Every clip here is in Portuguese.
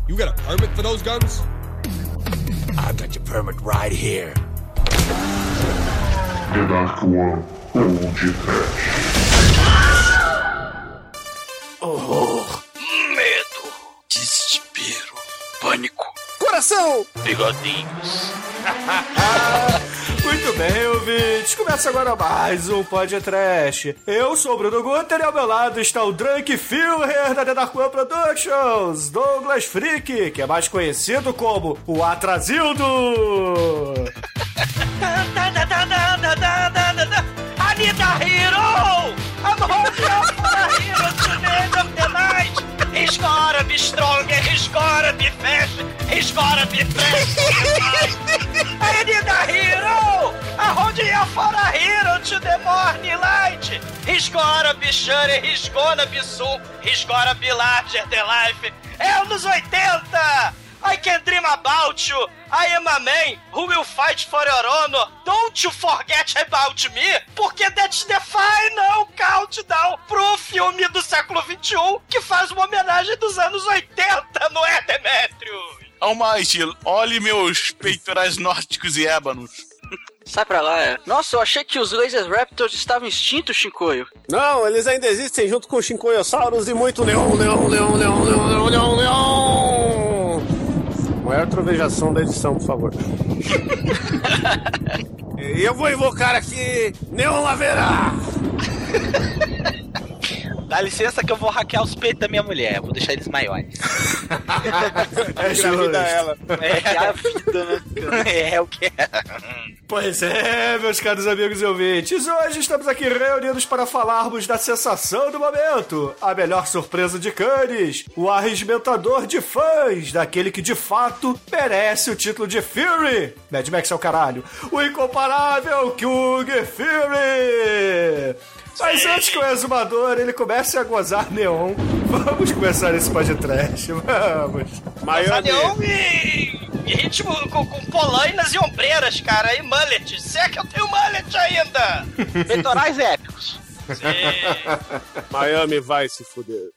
You got a permit for those guns? I've got your permit right here. The Dark One, Old Trash. Horror, medo, desespero, pânico, coração, bigodinhos. Muito bem, ouvintes. Começa agora mais um podcast. Eu sou o Bruno Guter e ao meu lado está o Drunk Führer da The Dark One Productions, Douglas Freak, que é mais conhecido como o Atrasildo. Anita Hero! I'm holding up for a hero to the end of the night! He's gotta be strong, he's gotta be fast, he's gotta be fresh! I need a hero! I'm holding up for a hero to the morning light! He's gotta be sure, he's gonna be soon, he's gotta be larger than life! É anos 80! I can dream about you! I am a man who will fight for your honor. Don't you forget about me, porque that's the final countdown pro filme do século XXI que faz uma homenagem dos anos 80, não é, Demétrio? Almighty, olhe meus peitorais nórdicos e ébanos. Sai pra lá, é. Nossa, eu achei que os Laser Raptors estavam extintos, Shinkoio. Não, eles ainda existem junto com os Shinkoiossauros e muito leão. Maior trovejação da edição, por favor. E eu vou invocar aqui Neon Laverá. Dá licença que eu vou hackear os peitos da minha mulher. Vou deixar eles maiores. É justo. Ela. É a vida, né? É o que é. Pois é, meus caros amigos e ouvintes. Hoje estamos aqui reunidos para falarmos da sensação do momento. A melhor surpresa de Cannes. O arregimentador de fãs. Daquele que de fato merece o título de Fury. Mad Max é o caralho. O incomparável Kung Fury. Mas antes que o exumador ele comece a gozar neon, vamos começar esse podcast, vamos. Gozar neon e ritmo com polainas e ombreiras, cara, e mullet. Se é que eu tenho mullet ainda. Peitorais épicos. Sim. Miami vai se fuder.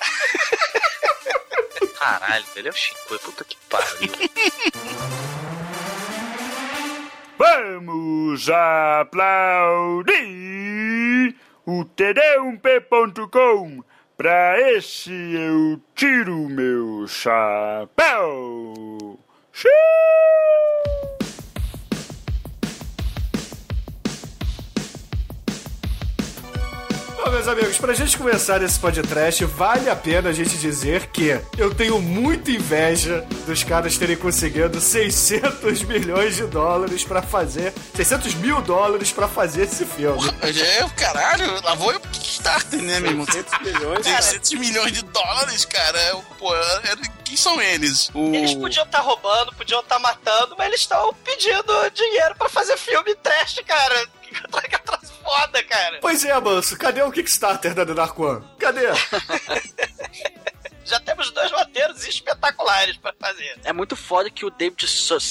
Caralho, velho, é o Chico, puta que pariu. Vamos aplaudir o td1p.com. Pra esse eu tiro meu chapéu. Xiii! Bom, meus amigos, pra gente começar esse podcast, vale a pena a gente dizer que eu tenho muita inveja dos caras terem conseguido 600 milhões de dólares pra fazer... 600 mil dólares pra fazer esse filme. Caralho, lá vou eu pro Kickstarter, né, meu irmão? 600 milhões? 600 milhões de dólares, cara. Pô, quem são eles? Eles podiam estar roubando, podiam estar matando, mas eles estão pedindo dinheiro pra fazer filme trash, cara. Que foda, cara. Pois é, Manso, cadê o Kickstarter da The Dark One? Cadê? Já temos 2 roteiros espetaculares pra fazer. É muito foda que o David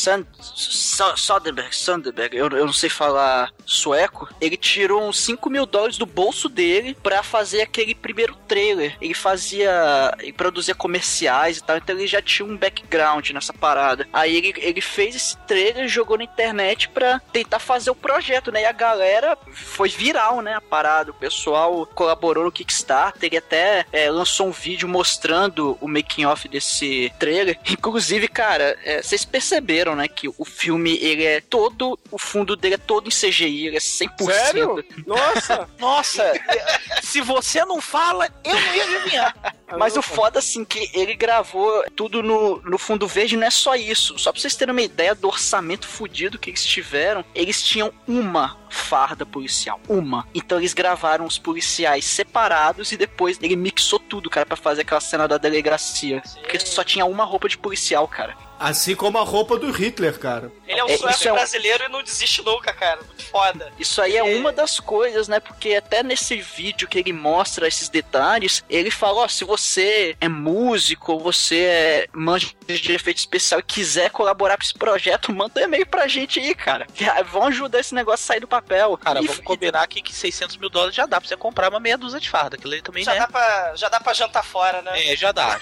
Soderbergh, eu não sei falar sueco, ele tirou uns 5 mil dólares do bolso dele pra fazer aquele primeiro trailer. Ele produzia comerciais e tal, então ele já tinha um background nessa parada. Aí ele fez esse trailer, jogou na internet pra tentar fazer o projeto, né? E a galera foi viral, né? A parada, o pessoal colaborou no Kickstarter, ele até lançou um vídeo mostrando o making of desse trailer. Inclusive, cara, vocês perceberam, né, que o filme, ele é todo, o fundo dele é todo em CGI, ele é 100%. Sério? Nossa, se você não fala, eu não ia adivinhar. Mas o foda, assim, que ele gravou tudo no fundo verde, não é só isso. Só pra vocês terem uma ideia do orçamento fudido que eles tiveram, eles tinham uma farda policial. Uma. Então eles gravaram os policiais separados e depois ele mixou tudo, cara, pra fazer aquela cena da delegacia. Porque só tinha uma roupa de policial, cara. Assim como a roupa do Hitler, cara. Ele é um sueco brasileiro e não desiste nunca, cara. Muito foda. Isso aí é uma das coisas, né? Porque até nesse vídeo que ele mostra esses detalhes, ele fala, ó, se você é músico, ou você é manja de efeito especial e quiser colaborar com esse projeto, manda um e-mail pra gente aí, cara. Vão ajudar esse negócio a sair do papel. Cara, vamos combinar aqui que $600 mil já dá pra você comprar uma meia dúzia de farda. Aquilo aí também, já, né? Já dá pra jantar fora, né? É, já dá.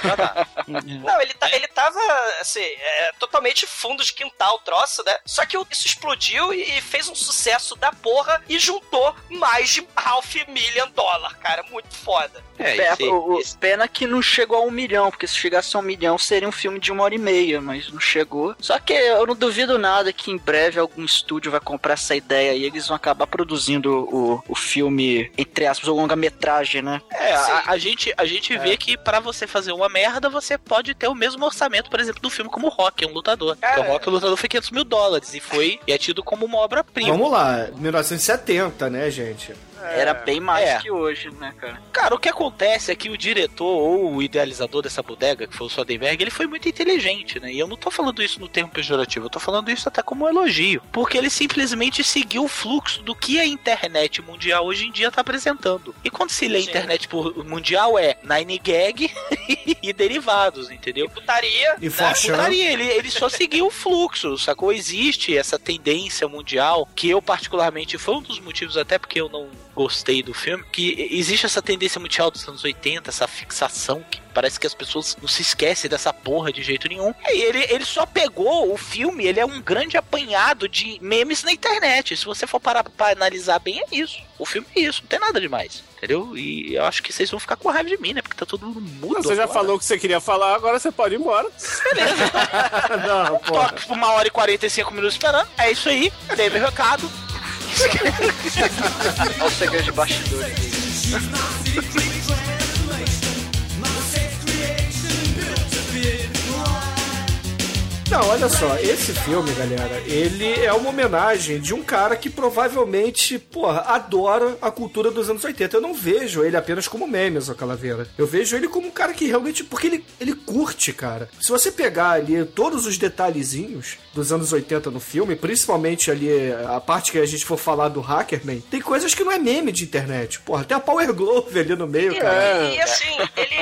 Não, ele tava, assim, totalmente fundo de quintal o troço, né? Só que isso explodiu e fez um sucesso da porra e juntou mais de $500 million, cara. Muito foda. Pena que não chegou a 1 milhão, porque se chegasse a 1 milhão seria um filme de 1h30, mas não chegou. Só que eu não duvido nada que em breve algum estúdio vai comprar essa ideia e eles vão acabar produzindo o filme, entre aspas, o longa-metragem, né? A gente vê que pra você fazer uma merda, você pode ter o mesmo orçamento, por exemplo, do filme como o Rock, um lutador. O Rock, o lutador, foi $500 mil e é tido como uma obra-prima. Vamos lá, 1970, né, gente? Era bem mais que hoje, né, cara? Cara, o que acontece é que o diretor ou o idealizador dessa bodega, que foi o Soderbergh, ele foi muito inteligente, né? E eu não tô falando isso no termo pejorativo, eu tô falando isso até como um elogio. Porque ele simplesmente seguiu o fluxo do que a internet mundial hoje em dia tá apresentando. E quando se lê internet mundial é 9gag e derivados, entendeu? E putaria. E putaria. Ele só seguiu o fluxo, sacou? Existe essa tendência mundial, que eu particularmente, foi um dos motivos até porque eu não gostei do filme, que existe essa tendência mundial dos anos 80, essa fixação que parece que as pessoas não se esquecem dessa porra de jeito nenhum. E ele só pegou o filme, ele é um grande apanhado de memes na internet. Se você for parar pra analisar bem, é isso. O filme é isso, não tem nada demais. Entendeu? E eu acho que vocês vão ficar com raiva de mim, né? Porque tá todo mundo mudo. Você já falou o que você queria falar, agora você pode ir embora. Beleza, então. Não, porra. Toque por 1h45 esperando. É isso aí. Dei meu recado. Olha o segredo de bastidor aqui. Não, olha só, esse filme, galera, ele é uma homenagem de um cara que provavelmente, porra, adora a cultura dos anos 80. Eu não vejo ele apenas como memes, ó, Calaveira. Eu vejo ele como um cara que realmente, porque ele curte, cara. Se você pegar ali todos os detalhezinhos dos anos 80 no filme, principalmente ali a parte que a gente for falar do Hackerman, tem coisas que não é meme de internet. Porra, tem a Power Glove ali no meio, cara. E assim,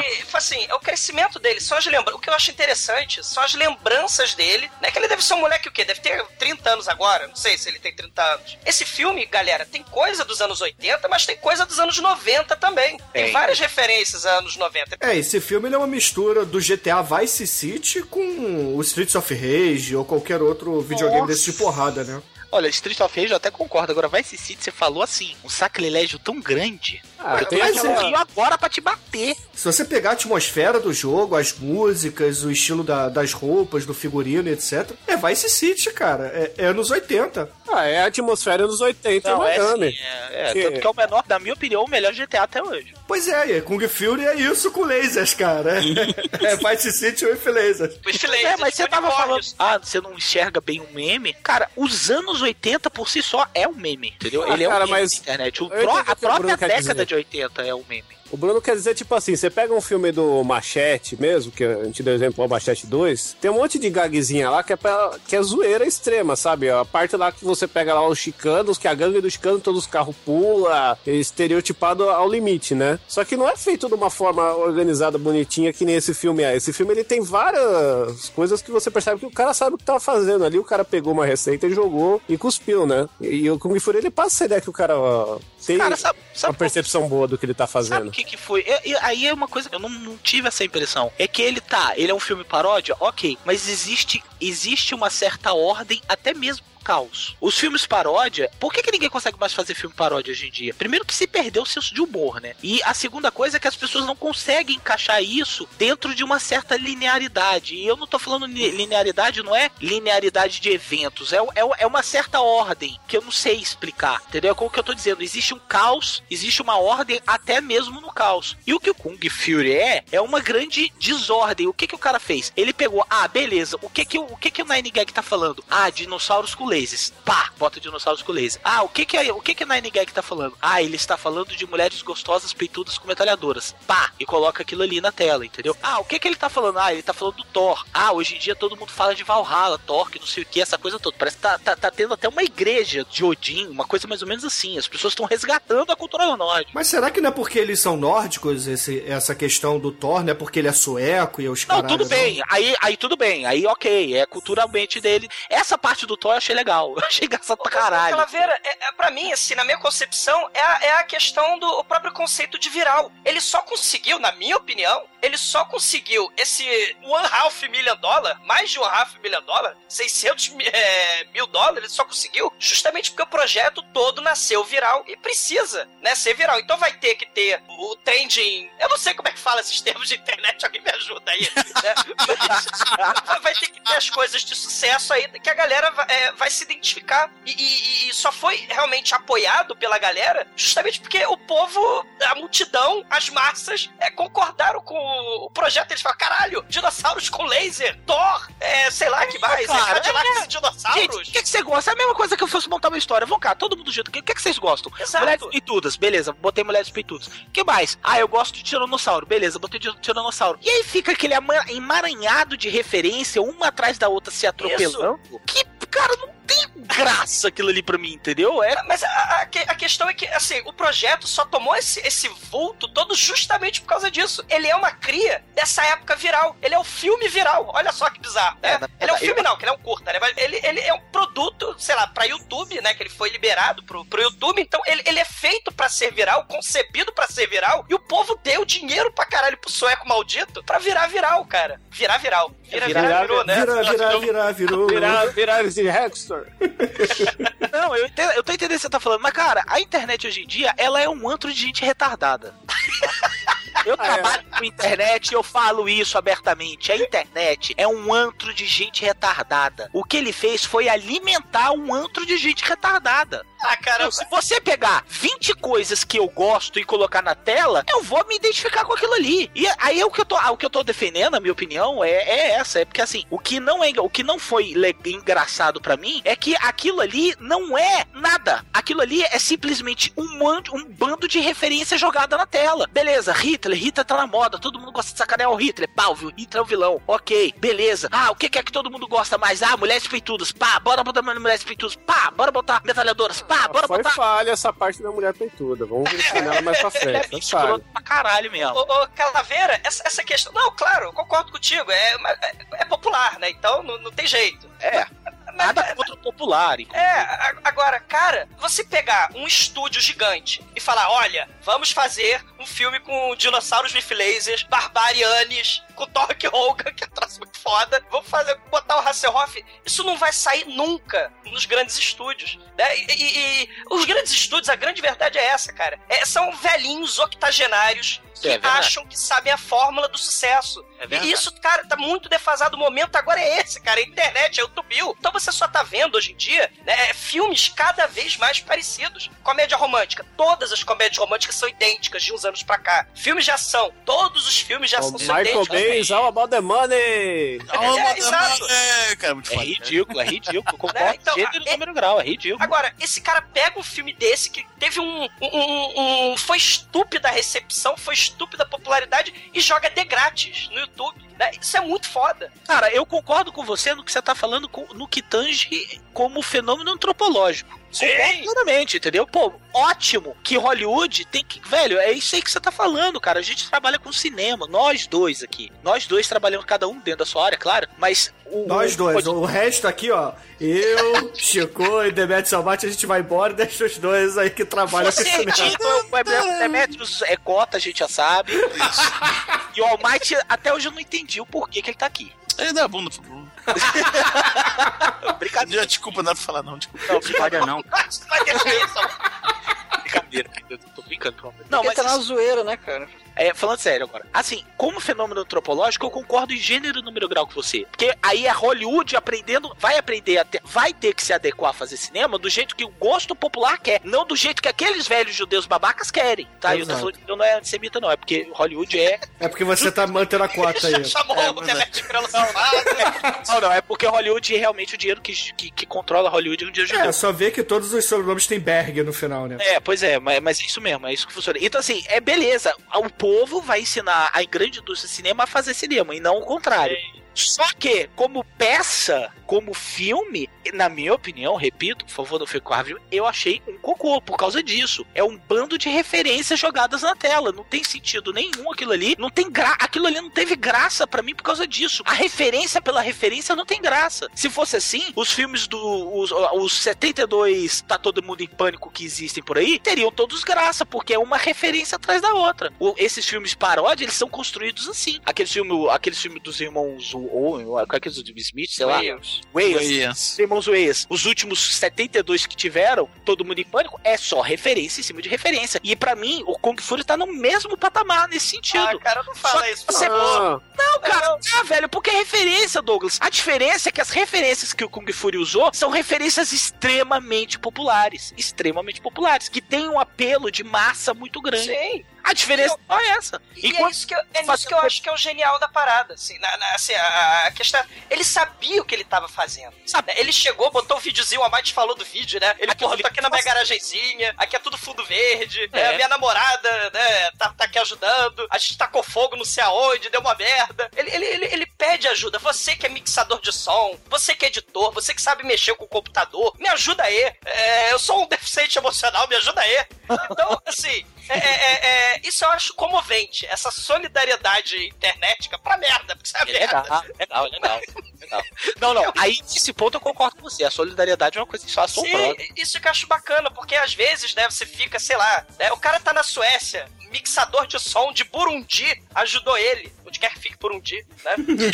é o crescimento dele, só as lembranças. O que eu acho interessante são as lembranças dele, né? Que ele deve ser um moleque o quê? Deve ter 30 anos agora, não sei se ele tem 30 anos. Esse filme, galera, tem coisa dos anos 80, mas tem coisa dos anos 90 também. Tem várias referências a anos 90. Esse filme ele é uma mistura do GTA Vice City com o Streets of Rage ou qualquer outro videogame desse de porrada, né? Olha, Street of Rage eu até concordo. Agora, Vice City, você falou assim, um sacrilégio tão grande. Eu tenho aqui agora pra te bater. Se você pegar a atmosfera do jogo, as músicas, o estilo das roupas, do figurino, etc. É Vice City, cara. É anos 80. É a atmosfera dos 80 em Miami. Tanto que é o menor, na minha opinião, o melhor GTA até hoje. Pois é, Kung Fury é isso com lasers, cara. É Vice City with lasers. Mas você tava falando, você não enxerga bem um meme? Cara, os anos 80 por si só é um meme, entendeu? Ele é um meme na internet. A própria década de 80 é um meme. O Bruno quer dizer, tipo assim, você pega um filme do Machete mesmo, que a gente deu exemplo ao Machete 2, tem um monte de gagzinha lá que é zoeira extrema, sabe? A parte lá que você pega lá os chicanos, que a gangue dos chicanos, todos os carros pula, estereotipado ao limite, né? Só que não é feito de uma forma organizada, bonitinha, que nem esse filme é. Esse filme, ele tem várias coisas que você percebe que o cara sabe o que tava fazendo ali, o cara pegou uma receita e jogou e cuspiu, né? E o Kung Fury, ele passa essa ideia que o cara tem uma percepção boa do que ele tá fazendo. Sabe o que foi? Aí é uma coisa, eu não tive essa impressão. É que ele é um filme paródia, ok, mas existe uma certa ordem, até mesmo caos. Os filmes paródia, por que ninguém consegue mais fazer filme paródia hoje em dia? Primeiro que se perdeu o senso de humor, né? E a segunda coisa é que as pessoas não conseguem encaixar isso dentro de uma certa linearidade. E eu não tô falando linearidade, não é linearidade de eventos, é uma certa ordem que eu não sei explicar, entendeu? Como que eu tô dizendo, existe um caos, existe uma ordem até mesmo no caos. E o que o Kung Fury é uma grande desordem. O que o cara fez? Ele pegou, beleza, o que o 9gag tá falando? Dinossauros com laser. lasers. Pá, bota dinossauros com laser. Ah, o que que a Nine Gag tá falando? Ah, ele está falando de mulheres gostosas peitudas com metralhadoras. Pá, e coloca aquilo ali na tela, entendeu? Ah, o que que ele tá falando? Ah, ele tá falando do Thor. Ah, hoje em dia todo mundo fala de Valhalla, Thor, que não sei o que, essa coisa toda. Parece que tá tendo até uma igreja de Odin, uma coisa mais ou menos assim. As pessoas estão resgatando a cultura nórdica. Mas será que não é porque eles são nórdicos, essa questão do Thor, não é porque ele é sueco e os caras... Não, tudo bem. Aí tudo bem. Aí ok, é culturalmente dele. Essa parte do Thor eu achei legal. Eu achei engraçado pra caralho. Calaveira, pra mim, assim, na minha concepção, é a questão do próprio conceito de viral. Ele só conseguiu, na minha opinião, esse $1.5 million, mais de $1.5 million, $600 mil, ele só conseguiu justamente porque o projeto todo nasceu viral e precisa, né, ser viral. Então vai ter que ter o trending... Eu não sei como é que fala esses termos de internet, alguém me ajuda aí, né? Mas vai ter que ter as coisas de sucesso aí que a galera vai se identificar e só foi realmente apoiado pela galera justamente porque o povo, a multidão, as massas concordaram com o projeto. Eles falam, caralho, dinossauros com laser, Thor, sei lá que mais, Cadillacs e dinossauros. Gente, o que você gosta? É a mesma coisa que eu fosse montar uma história. Vão cá, todo mundo junto. O que vocês gostam? Exato. Mulheres peitudas, beleza, botei mulheres peitudas. O que mais? Ah, eu gosto de tiranossauro, beleza, botei tiranossauro. E aí fica aquele emaranhado de referência, uma atrás da outra se atropelando. Isso. Que, cara, não tem graça aquilo ali pra mim, entendeu? Mas a questão é que, assim, o projeto só tomou esse vulto todo justamente por causa disso. Ele é uma cria dessa época viral. Ele é o filme viral. Olha só que bizarro. Ele é um filme, que ele é um curta, né? Mas ele é um produto, sei lá, pra YouTube, né? Que ele foi liberado pro YouTube. Então, ele é feito pra ser viral, concebido pra ser viral, e o povo deu dinheiro pra caralho pro sueco maldito pra virar viral, cara. Virou, né? Virar esse Hextor. Não, eu tô entendendo o que você tá falando, mas cara, a internet hoje em dia, ela é um antro de gente retardada. Eu trabalho com internet e eu falo isso abertamente. A internet é um antro de gente retardada. O que ele fez foi alimentar um antro de gente retardada. Ah, caramba. Se você pegar 20 coisas que eu gosto e colocar na tela, eu vou me identificar com aquilo ali. E aí o que eu tô defendendo, na minha opinião, é essa. É porque assim, o que não foi engraçado pra mim é que aquilo ali não é nada. Aquilo ali é simplesmente um bando de referência jogada na tela. Beleza, Hitler tá na moda, todo mundo gosta de sacanear o Hitler. Pá, o Hitler é o vilão. Ok, beleza. Ah, o que é que todo mundo gosta mais? Ah, mulheres peitudas. Pá, bora botar mulheres peitudas. Pá, bora botar metralhadoras. Pá, bora botar... Foi falha essa parte da mulher peituda. Vamos ver ela mais pra frente. Foi falha. Pra caralho mesmo. Ô, Calaveira, essa questão... Não, claro, eu concordo contigo. É popular, né? Então não tem jeito. Nada contra o popular. Agora, cara, você pegar um estúdio gigante e falar, olha, vamos fazer um filme com dinossauros with lasers, barbarianes, com Thor Hogan, que é um troço muito foda, vamos botar o Hasselhoff, isso não vai sair nunca nos grandes estúdios, né? E os grandes estúdios, a grande verdade é essa, cara. São velhinhos octogenários que acham que sabem a fórmula do sucesso. E isso, cara, tá muito defasado. O momento agora é esse, cara. A internet, é o YouTube. Então você só tá vendo hoje em dia, né, filmes cada vez mais parecidos. Comédia romântica. Todas as comédias românticas são idênticas de uns anos pra cá. Filmes de ação. Todos os filmes de ação são idênticos. Michael Bay, all about the money. Exato. Cara, muito foda. É ridículo. Concordo, então, gênero e número grau, é ridículo. Agora, esse cara pega um filme desse que teve foi estúpida a recepção, foi estúpida a popularidade e joga de grátis no YouTube. Né? Isso é muito foda. Cara, eu concordo com você no que você tá falando, no que tange como fenômeno antropológico. Sim. Claramente, entendeu? Pô, ótimo que Hollywood tem que... Velho, é isso aí que você tá falando, cara. A gente trabalha com cinema, nós dois aqui. Nós dois trabalhamos cada um dentro da sua área, claro, mas... Nós dois. O resto aqui, ó, eu, Chico e Demetrius Salvati, a gente vai embora e deixa os dois aí que trabalham com cinema. O Demetrius é cota, a gente já sabe. E o Almighty, até hoje eu não entendi o porquê que ele tá aqui. Ele dá a bunda, por favor. Brincadeira. Desculpa, não é pra falar, não. Desculpa. Não, brincadeira não. Brincadeira, eu tô brincando. Não, mas tá na zoeira, né, cara? falando sério agora. Assim, como fenômeno antropológico, eu concordo em gênero e número grau com você. Porque aí é Hollywood vai ter que se adequar a fazer cinema do jeito que o gosto popular quer, não do jeito que aqueles velhos judeus babacas querem, tá? E eu tô falando que não é antissemita, não, é porque Hollywood é... É porque você tá mantendo a cota aí. Chamou o Demet pelo Não, é porque Hollywood realmente o dinheiro que controla Hollywood é um dinheiro judeu. Só ver que todos os sobrenomes têm Berg no final, né? Pois é, mas é isso mesmo, é isso que funciona. Então, assim, beleza, o povo vai ensinar a grande indústria de cinema a fazer cinema, e não o contrário. Só que, como peça, como filme, na minha opinião, repito, por favor, não fique com raiva, eu achei um cocô por causa disso. É um bando de referências jogadas na tela. Não tem sentido nenhum aquilo ali. Não tem aquilo ali não teve graça pra mim por causa disso. A referência pela referência não tem graça. Se fosse assim, os filmes os 72 Tá Todo Mundo em Pânico que existem por aí, teriam todos graça, porque é uma referência atrás da outra. Esses filmes paródia, eles são construídos assim. Aquele filme dos irmãos qual é que é do Smith, sei lá. Wayans. Irmãos Wayans. Os últimos 72 que tiveram, Todo Mundo em Pânico, é só referência em cima de referência. E pra mim, o Kung Fury tá no mesmo patamar nesse sentido. Cara, não fala isso. Não, cara, velho, porque é referência, Douglas. A diferença é que as referências que o Kung Fury usou são referências extremamente populares. Extremamente populares. Que tem um apelo de massa muito grande. Sim. A diferença é essa. E é isso que eu acho que é o genial da parada. Assim, a questão. Ele sabia o que ele tava fazendo. Sabe? Ele chegou, botou um videozinho, a Mate falou do vídeo, né? Ele, tô aqui na minha garagenzinha, aqui é tudo fundo verde, minha namorada, né, tá aqui ajudando, a gente tacou fogo não sei aonde, deu uma merda. Ele pede ajuda. Você que é mixador de som, você que é editor, você que sabe mexer com o computador, me ajuda aí. Eu sou um deficiente emocional, me ajuda aí. Então, assim, isso eu acho comovente, essa solidariedade internética pra merda, porque isso é merda. Legal. Não, aí nesse ponto eu concordo com você, a solidariedade é uma coisa só assombrosa. Sim, isso que eu acho bacana, porque às vezes, né, você fica, sei lá, né, o cara tá na Suécia, mixador de som de Burundi ajudou ele, onde quer que fique Burundi, né?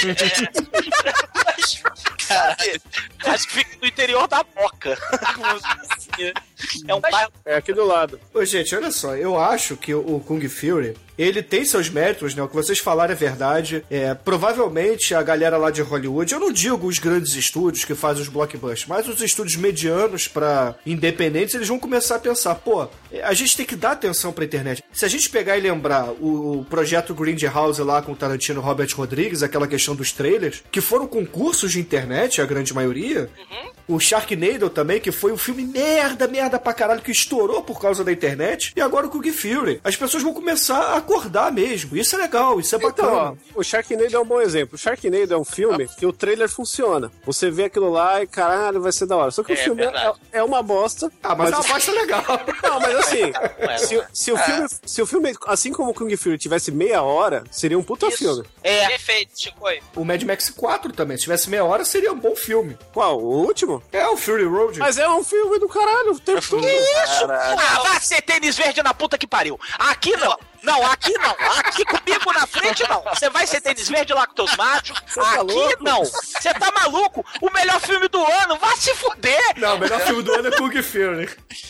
Mas, sabe? Acho que fica no interior da Moca. É um bairro. É aqui do lado. Ô, gente, olha só, eu acho que o Kung Fury, ele tem seus méritos, né? O que vocês falaram é verdade. Provavelmente a galera lá de Hollywood, eu não digo os grandes estúdios que fazem os blockbusters, mas os estúdios medianos pra independentes, eles vão começar a pensar, pô, a gente tem que dar atenção pra internet. Se a gente pegar e lembrar o projeto Grindhouse lá com o Tarantino e Robert Rodrigues, aquela questão dos trailers, que foram concursos de internet, a grande maioria, o Sharknado também, que foi um filme merda pra caralho, que estourou por causa da internet, e agora o Kung Fury. As pessoas vão começar a acordar mesmo. Isso é legal, isso é bacana. Então, ó, o Sharknado é um bom exemplo. O Sharknado é um filme que o trailer funciona. Você vê aquilo lá e caralho, vai ser da hora. Só que o filme é uma bosta. Mas é uma bosta legal. Não, mas assim, se o filme, assim como o Kung Fury, tivesse meia hora, seria um puta filme. Perfeito, Chico. O Mad Max 4 também, se tivesse meia hora, seria um bom filme. Qual? O último? É o Fury Road. Mas é um filme do caralho, o tempo todo. Que isso? Vai ser tênis verde na puta que pariu. Aqui não. Não, aqui não. Aqui comigo na frente não. Você vai ser tênis verde lá com teus machos. Aqui não. Você tá maluco? O melhor filme do ano, vai se fuder. Não, o melhor filme do ano é Kung Fury.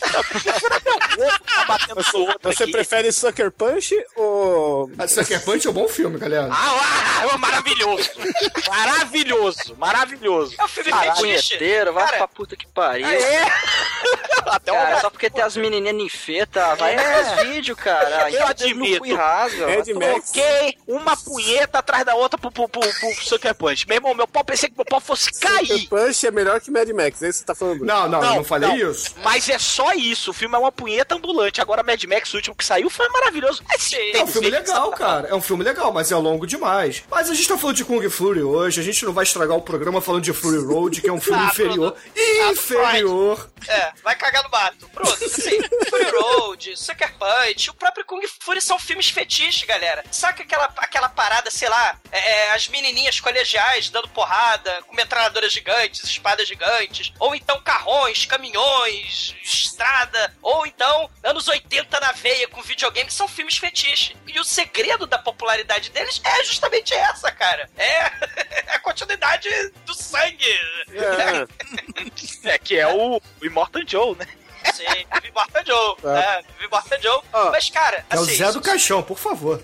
Você prefere Sucker Punch ou... Sucker Punch é um bom filme, galera. Maravilhoso. Maravilhoso. É um filme punheteiro, vai pra puta que pariu. Até cara, só porque tem as menininhas ninfeta, vai nos vídeos, cara. Eu admito. Troquei uma punheta atrás da outra pro Sucker Punch. Meu irmão, meu pau, pensei que meu pau fosse cair. Sucker Punch é melhor que Mad Max, é isso que você tá falando? Não, eu não falei isso. Mas é só isso, o filme é uma punheta ambulante. Agora Mad Max, o último que saiu, foi maravilhoso. É um filme legal, cara. É um filme legal, mas é longo demais. Mas a gente tá falando de Kung Fury hoje, a gente não vai estragar o programa falando de Fury Road, que é um filme inferior. Inferior. Vai cagar no mato. Pronto, assim, Fury Road, Sucker Punch, o próprio Kung Fury são filmes fetiches, galera. Saca aquela parada, sei lá, as menininhas colegiais dando porrada, com metralhadoras gigantes, espadas gigantes, ou então carrões, caminhões, estrada, ou então anos 80 na veia com videogame, são filmes fetiches. E o segredo da popularidade deles é justamente essa, cara. É a continuidade do sangue. Que é o Immortal Joe, né? Sim, Immortal Joe. Porta Joe. Mas, cara, É o assim... Zé do Caixão, por favor.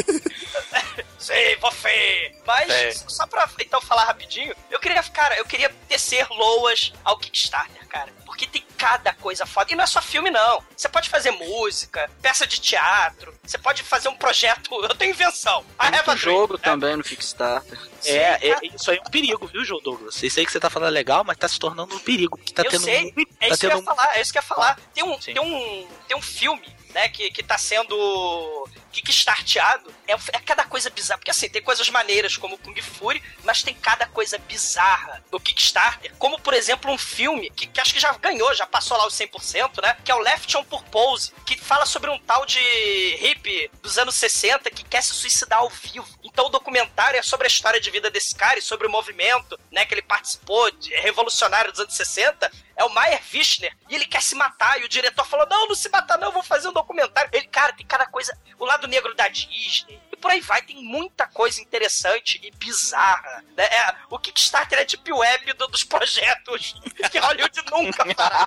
Né? Sim, você. Mas, só pra então falar rapidinho, eu queria tecer loas ao Kickstarter, cara. Porque tem cada coisa foda. E não é só filme, não. Você pode fazer música, peça de teatro, você pode fazer um projeto. Eu tenho invenção. Tem jogo também no Kickstarter. Isso aí é um perigo, viu, João Douglas? Isso aí que você tá falando é legal, mas tá se tornando um perigo. Tá eu tendo sei, muito, é isso que eu ia falar. Tem um filme, né, que tá sendo kickstarteado, é cada coisa bizarra, porque assim, tem coisas maneiras como Kung Fury, mas tem cada coisa bizarra no Kickstarter, como por exemplo um filme que acho que já ganhou, já passou lá os 100%, né, que é o Left on Purpose, que fala sobre um tal de hippie dos anos 60 que quer se suicidar ao vivo. Então o documentário é sobre a história de vida desse cara e sobre o movimento, né, que ele participou, revolucionário dos anos 60, é o Meyer Wischner, e ele quer se matar, e o diretor falou, não se mata não, eu vou fazer um documentário. Ele, cara, tem cada coisa, o lado negro da Disney, e por aí vai, tem muita coisa interessante e bizarra, né? O Kickstarter é deep web dos projetos que Hollywood nunca fará.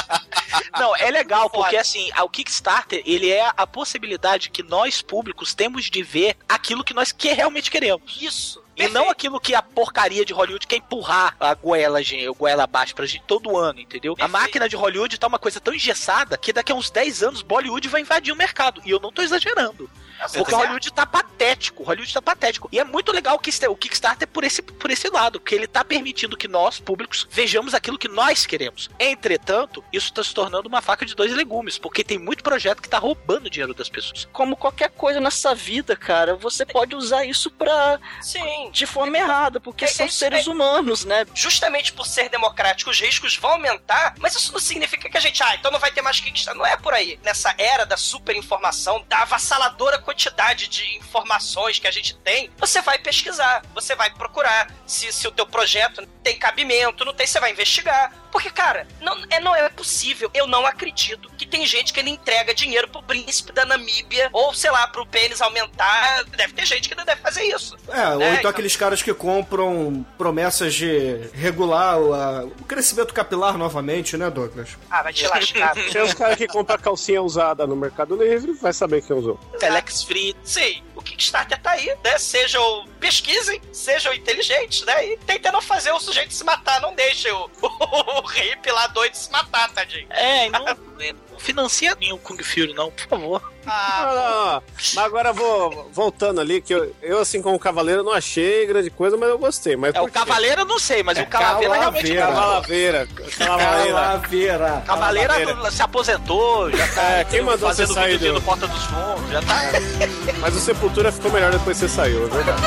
Não, é legal, porque assim, o Kickstarter, ele é a possibilidade que nós, públicos, temos de ver aquilo que nós realmente queremos. Isso. E não aquilo que a porcaria de Hollywood quer empurrar a goela abaixo pra gente todo ano, entendeu? A máquina de Hollywood tá uma coisa tão engessada que daqui a uns 10 anos Bollywood vai invadir o mercado. E eu não tô exagerando. Porque Hollywood tá patético. E é muito legal o Kickstarter por esse lado, porque ele tá permitindo que nós, públicos, vejamos aquilo que nós queremos. Entretanto, isso tá se tornando uma faca de dois legumes, porque tem muito projeto que tá roubando dinheiro das pessoas. Como qualquer coisa nessa vida, cara, você pode usar isso pra... Sim. De forma errada, porque são seres humanos, né? Justamente por ser democrático, os riscos vão aumentar, mas isso não significa que a gente, então não vai ter mais Kickstarter. Não é por aí. Nessa era da superinformação, da avassaladora quantidade de informações que a gente tem, você vai pesquisar, você vai procurar se o teu projeto tem cabimento, não tem, você vai investigar. Porque, cara, não é possível, eu não acredito que tem gente que ele entrega dinheiro pro príncipe da Namíbia, ou, sei lá, pro pênis aumentar, deve ter gente que não deve fazer isso. Ou então aqueles caras que compram promessas de regular o crescimento capilar novamente, né, Douglas? Vai te lascar. Tem os caras que compram calcinha usada no Mercado Livre, vai saber quem usou. Telex Free. Sim, o Kickstarter tá aí, né? Pesquisem, sejam inteligentes, né? E tentem não fazer o sujeito se matar, não deixem o hippie lá doido se matar, tadinho. Não financia nenhum Kung Fury, não, por favor. Não. Mas agora voltando ali, que eu assim como cavaleiro não achei grande coisa, mas eu gostei. Mas o cavaleiro eu não sei, mas o calaveira realmente... Calaveira. Cavaleira se aposentou, já tá quem mandou fazendo você sair vídeo no Porta dos Fundos, já tá... Mas o Sepultura ficou melhor depois que você saiu, é verdade.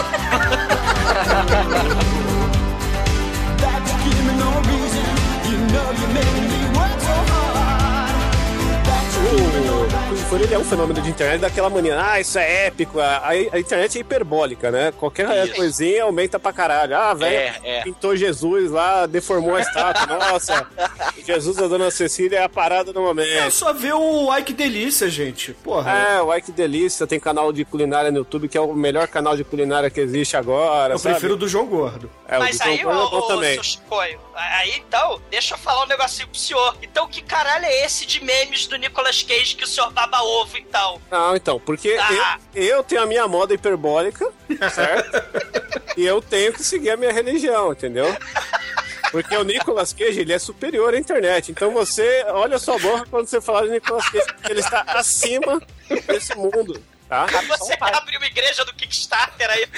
O Kung Fury é um fenômeno de internet daquela mania, isso é épico, a internet é hiperbólica, né? Qualquer coisinha aumenta pra caralho. Velho, pintou Jesus lá, deformou a estátua, nossa, Jesus da Dona Cecília é a parada do momento. É só ver o Ike Delícia, gente, porra. O Ike Delícia tem canal de culinária no YouTube, que é o melhor canal de culinária que existe agora, Eu prefiro do João Gordo. Mas aí, seu Chicoio, aí então, deixa eu falar um negocinho pro senhor. Então, que caralho é esse de memes do Nicolas Cage que o senhor baba ovo, então? Não, então, porque eu tenho a minha moda hiperbólica, certo? E eu tenho que seguir a minha religião, entendeu? Porque o Nicolas Cage, ele é superior à internet. Então você olha sua boca quando você falar de Nicolas Cage, porque ele está acima desse mundo. Tá? Você abre uma igreja do Kickstarter aí.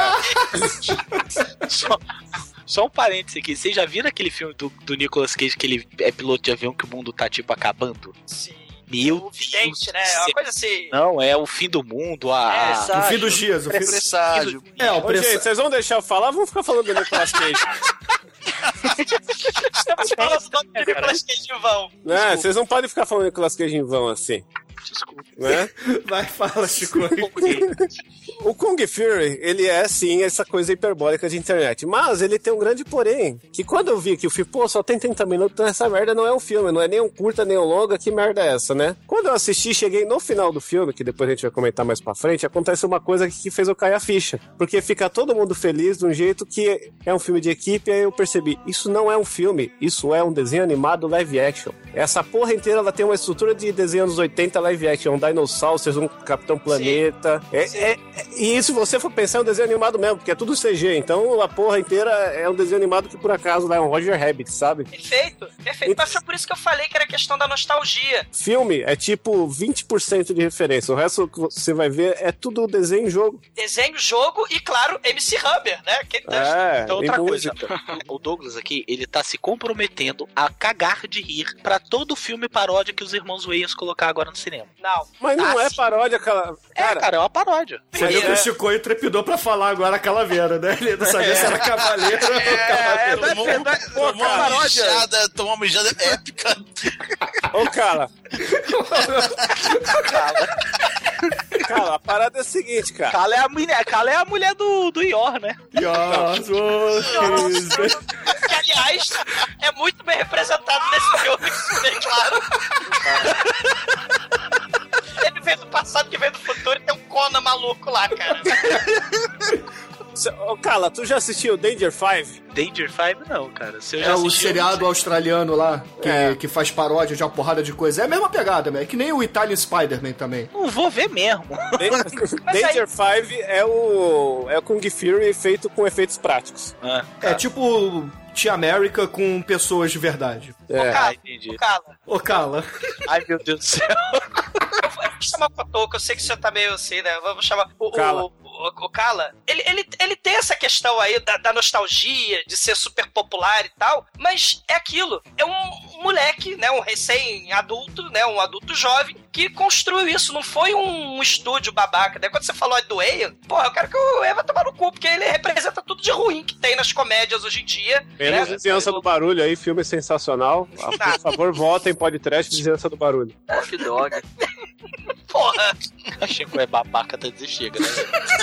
Só um parênteses aqui. Vocês já viram aquele filme do Nicolas Cage que ele é piloto de avião que o mundo tá tipo acabando? Sim. Meu Deus, né? É uma coisa assim. Não, é o fim do mundo. O fim dos dias. O presságio. Gente, vocês vão deixar eu falar? Vamos ficar falando do Nicolas Cage. Estamos falando do Nicolas Cage em vão. Vocês não podem ficar falando do Nicolas Cage em vão assim. Desculpa. Né? Vai, fala, Chico. O Kung Fury, ele é sim essa coisa hiperbólica de internet, mas ele tem um grande porém, que quando eu vi que o filme, só tem 30 minutos, então essa merda não é um filme, não é nem um curta, nem um longa, que merda é essa, né? Quando eu assisti, cheguei no final do filme, que depois a gente vai comentar mais pra frente, acontece uma coisa que fez eu cair a ficha, porque fica todo mundo feliz de um jeito que é um filme de equipe, aí eu percebi, isso não é um filme, isso é um desenho animado live action. Essa porra inteira, ela tem uma estrutura de desenho anos 80 live live action, um Dinossauros, um Capitão Planeta. E se você for pensar, é um desenho animado mesmo, porque é tudo CG. Então a porra inteira é um desenho animado que por acaso lá é um Roger Rabbit, sabe? Perfeito. Mas foi por isso que eu falei que era questão da nostalgia. Filme é tipo 20% de referência. O resto que você vai ver é tudo desenho e jogo. Desenho, jogo e, claro, MC Hammer, né? Então, outra coisa. O Douglas aqui, ele tá se comprometendo a cagar de rir pra todo filme paródia que os irmãos Wayans colocar agora no cinema. Não. Mas não é paródia, cara. Cara, é uma paródia. Você viu que o Chicoio trepidou pra falar agora a Calaveira, né? Ele não sabia se era cavaleiro ou cavaleiro. Tomou uma mijada épica. Ô, Cala. Cala, a parada é a seguinte, cara. Cala é a mulher do Yor, né? Que, aliás, é muito bem representado nesse filme, isso bem claro. Ele veio do passado, que veio do futuro, e tem um Conan maluco lá, cara. Ô, Cala, tu já assistiu Danger 5? Danger 5 não, cara. Se eu já É assisti, o seriado australiano lá, que faz paródia de uma porrada de coisa. É a mesma pegada, é que nem o Italian Spider-Man também. Não vou ver mesmo. Danger 5 é o Kung Fury feito com efeitos práticos. É tipo Tia América com pessoas de verdade. Entendi. Ô, Cala. Ai, meu Deus do céu. Eu vou chamar o Cotoco, eu sei que o senhor tá meio assim, né? Vamos chamar o Cala. Ele tem essa questão aí da nostalgia, de ser super popular e tal, mas é aquilo. É um moleque, né? Um recém-adulto, né? Um adulto jovem que construiu isso. Não foi um estúdio babaca. Daí quando você falou do Wayans, porra, eu quero que o Eva tomar no cu, porque ele representa tudo de ruim que tem nas comédias hoje em dia. Menos Vizinhança do Barulho aí, filme sensacional. Por favor, votem podcast Vizinhança do Barulho. Que droga. Porra. A Chico é babaca até dizer chega, né?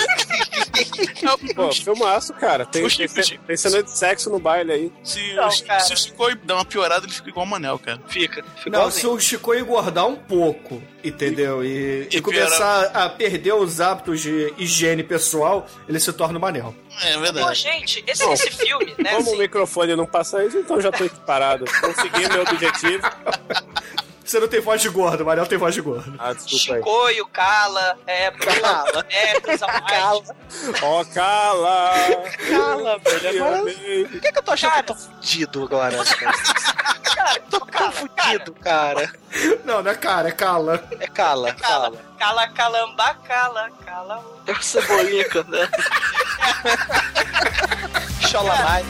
Pô, filmaço, cara. Tem cena de sexo no baile aí. Se o Chico dar uma piorada, ele fica igual o Manel, cara. Fica Não, se o Chico engordar um pouco, entendeu? E começar a perder os hábitos de higiene pessoal, ele se torna o Manel. É verdade. Pô, gente, esse filme, né? Como assim, o microfone não passa isso, então já tô equiparado. Consegui meu objetivo. Você não tem voz de gordo, o Manel tem voz de gordo. Desculpa aí. Chicoio, Cala, Cala. Cala. Ó, Cala, velho. Agora, por que eu tô achando que eu tô fudido agora? Cara, Tô tão fudido, cara. Não é cara, é Cala. É Cala. Cala, calamba, cala. É o Cebolica, né? Chola mais.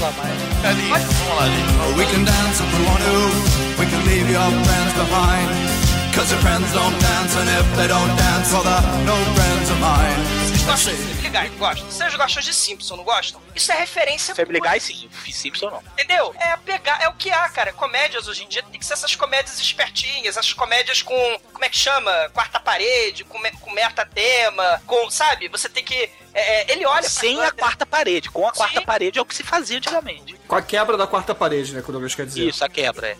Ali, vamos lá, gente. We can dance if we want to. We can leave your friends behind. Cause your friends don't dance, and if they don't dance, well, they're no friends of mine. Vocês gostam de Family Guy? Gostam. Vocês gostam de Simpson, não gostam? Isso é referência... Family Guy, sim. Simpson, não. Entendeu? É o que há, cara. Comédias hoje em dia tem que ser essas comédias espertinhas, essas comédias com... Como é que chama? Quarta parede, com meta-tema, com... Sabe? Você tem que... ele olha pra... Sem a quarta parede. Com a quarta parede é o que se fazia antigamente. Com a quebra da quarta parede, né? Que o Douglas quer dizer. Isso, a quebra,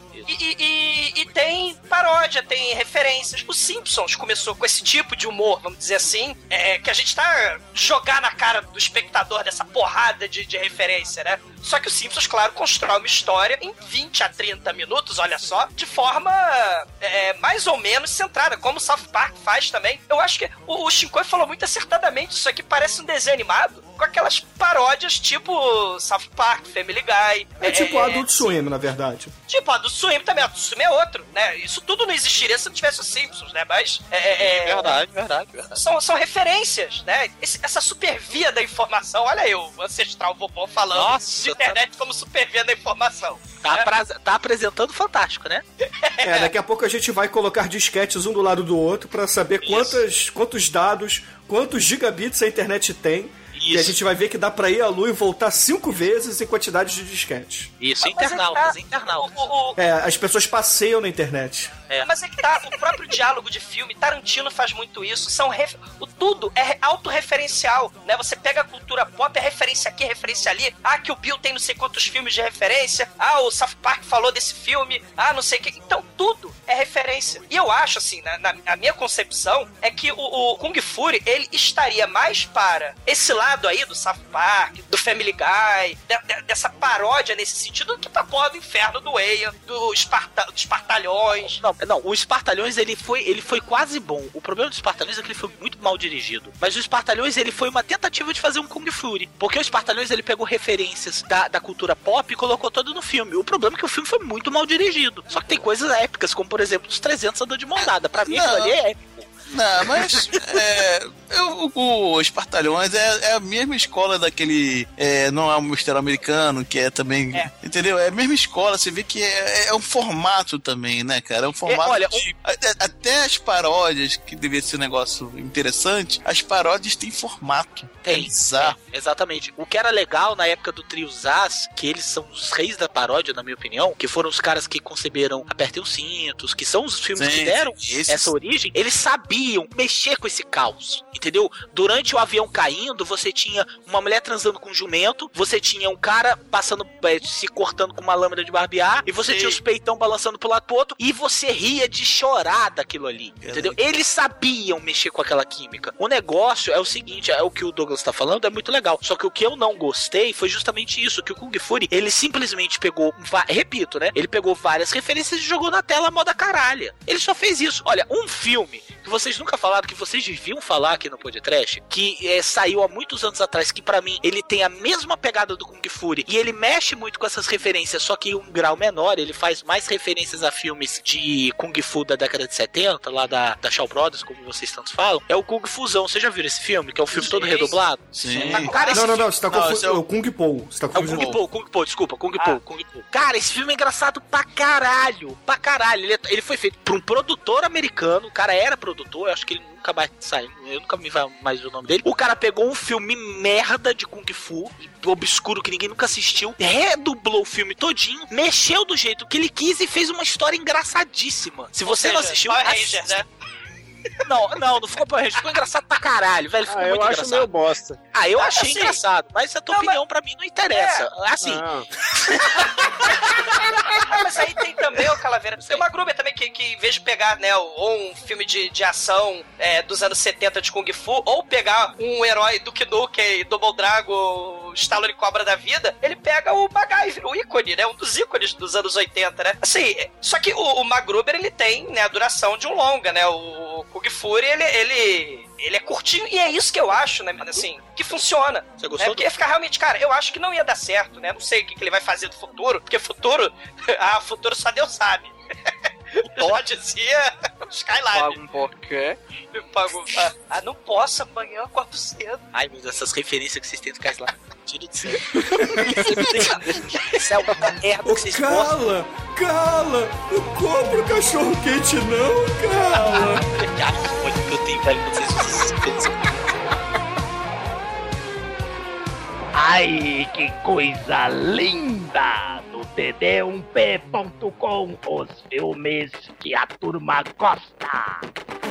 E tem paródia, tem referências. Os Simpsons começou com esse tipo de humor, vamos dizer assim, que a gente tá jogar na cara do espectador dessa porrada de referência, né? Só que os Simpsons, claro, constrói uma história em 20 a 30 minutos, olha só, de forma mais ou menos centrada, como o South Park faz também. Eu acho que o Shinkoi falou muito acertadamente, isso aqui parece um desenho animado com aquelas paródias tipo South Park, Family Guy. É tipo Adult Swim, na verdade. Tipo Adult Swim também, Adult Swim é outro, né? Isso tudo não existiria se não tivesse os Simpsons, né? Mas... Verdade. São referências, né? Essa supervia da informação, olha aí, o ancestral vovô falando de internet como supervia da informação. Tá apresentando fantástico, né? Daqui a pouco a gente vai colocar disquetes um do lado do outro pra saber quantos dados, quantos gigabits a internet tem. Isso. E a gente vai ver que dá pra ir à lua e voltar 5 vezes em quantidade de disquetes. Isso, internautas. As pessoas passeiam na internet. Mas é que tá, o próprio diálogo de filme, Tarantino faz muito isso, tudo é autorreferencial, né? Você pega a cultura pop, é referência aqui, é referência ali, que o Bill tem não sei quantos filmes de referência, o South Park falou desse filme, não sei o que, então tudo é referência. E eu acho, assim, na minha concepção, é que o Kung Fury, ele estaria mais para esse lado aí do South Park, do Family Guy, dessa paródia nesse sentido, do que pra porra do inferno do Wayans, dos Espartalhões. Não, Não, o Espartalhões, ele foi quase bom. O problema do Espartalhões é que ele foi muito mal dirigido. Mas o Espartalhões, ele foi uma tentativa de fazer um Kung Fury. Porque o Espartalhões, ele pegou referências da cultura pop e colocou todo no filme. O problema é que o filme foi muito mal dirigido. Só que tem coisas épicas, como por exemplo, os 300 andando de mão dada. Pra mim, aquilo ali é épico. Não, mas o Espartalhões é a mesma escola daquele. Não é um mistério americano, que é também. Entendeu? É a mesma escola, você vê que é um formato também, né, cara? É um formato. Olha, até as paródias, que devia ser um negócio interessante, as paródias têm formato. Tem. Exatamente. O que era legal na época do Trio Zaz, que eles são os reis da paródia, na minha opinião, que foram os caras que conceberam Apertem os Cintos, que são os filmes que deram essa origem, eles sabiam mexer com esse caos, entendeu? Durante o avião caindo, você tinha uma mulher transando com um jumento, você tinha um cara passando, se cortando com uma lâmina de barbear, e você tinha os peitão balançando pro lado pro outro, e você ria de chorar daquilo ali, entendeu? Eles sabiam mexer com aquela química. O negócio é o seguinte, é o que o Douglas tá falando, é muito legal, só que o que eu não gostei foi justamente isso, que o Kung Fury, ele simplesmente pegou, repito, né? Ele pegou várias referências e jogou na tela moda caralha. Ele só fez isso. Olha, um filme que vocês nunca falaram, que vocês deviam falar aqui no podcast, que saiu há muitos anos atrás, que pra mim ele tem a mesma pegada do Kung Fury, e ele mexe muito com essas referências, só que em um grau menor, ele faz mais referências a filmes de Kung Fu da década de 70, lá da Shaw Brothers, como vocês tantos falam, é o Kung Fusão. Você já viu esse filme? Que é o filme todo redoblado? Sim. Cara, não, você tá confundindo. É o Kung Po. Você tá confundindo. Kung Po, desculpa, Kung Po. Cara, esse filme é engraçado pra caralho. Ele foi feito por um produtor americano, o cara era produtor, eu acho que ele nunca mais saiu, eu nunca me vai mais o nome dele. O cara pegou um filme merda de Kung Fu, obscuro, que ninguém nunca assistiu, redublou o filme todinho, mexeu do jeito que ele quis e fez uma história engraçadíssima. Se você não assistiu... Power Rangers, né? Não ficou Power Rangers, ficou engraçado pra caralho, velho, ficou muito engraçado. Eu acho meio bosta. Eu achei engraçado, mas a tua opinião pra mim não interessa. Assim... Mas aí tem também o Calaveira. Tem uma Gruber também que em vez de pegar, né, ou um filme de ação dos anos 70 de Kung Fu, ou pegar um herói Duke Nukem, Double Dragon, Stallone Cobra da vida, ele pega o MacGyver, o ícone, né, um dos ícones dos anos 80, né. Assim, só que o MacGruber, ele tem, né, a duração de um longa, né, o Kung Fury, ele é curtinho, e é isso que eu acho, né, assim, que funciona. Você gostou? Porque ia ficar realmente, cara, eu acho que não ia dar certo, né, não sei o que ele vai fazer do futuro, porque futuro só Deus sabe. Já dizia Skylab. Paga um podcast. Não posso, amanhã eu acordo cedo. Ai, meu Deus, essas referências que vocês têm do Skylab. Tiro de céu. Isso é uma merda que vocês postam. Cala! Não compra o cachorro quente não, cala! Que eu tenho, velho, pra vocês. Ai, que coisa linda! No td1p.com, os filmes que a turma gosta.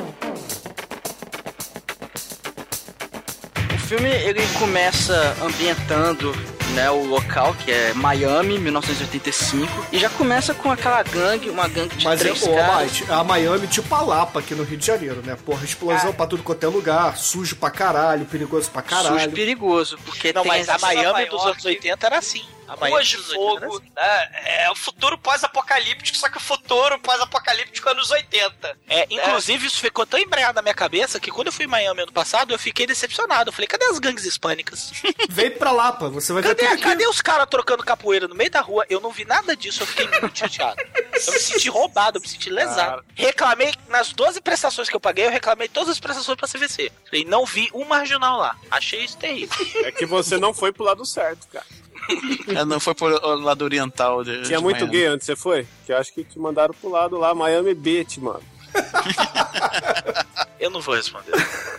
O filme, ele começa ambientando, né, o local, que é Miami, 1985, e já começa com aquela gangue, uma gangue de três caras. A Miami tipo a Lapa aqui no Rio de Janeiro, né? Porra, explosão pra tudo quanto é lugar, sujo pra caralho, perigoso pra caralho. Sujo, perigoso, porque não, tem... mas a Miami dos anos 80 era assim. Ruas de fogo, né? É o futuro pós-apocalíptico, só que o futuro pós-apocalíptico anos 80. Inclusive, isso ficou tão embreado na minha cabeça que quando eu fui em Miami ano passado, eu fiquei decepcionado. Eu falei, cadê as gangues hispânicas? Vem pra Lapa, você vai ver tudo aqui. Cadê os caras trocando capoeira no meio da rua? Eu não vi nada disso, eu fiquei muito chateado. Eu me senti roubado, eu me senti lesado. Reclamei, nas 12 prestações que eu paguei, eu reclamei todas as prestações pra CVC. Falei, não vi um marginal lá. Achei isso terrível. É que você não foi pro lado certo, cara. Não foi pro lado oriental. Tinha muito gay antes, você foi? Que eu acho que te mandaram pro lado lá, Miami Beach, mano. Eu não vou responder.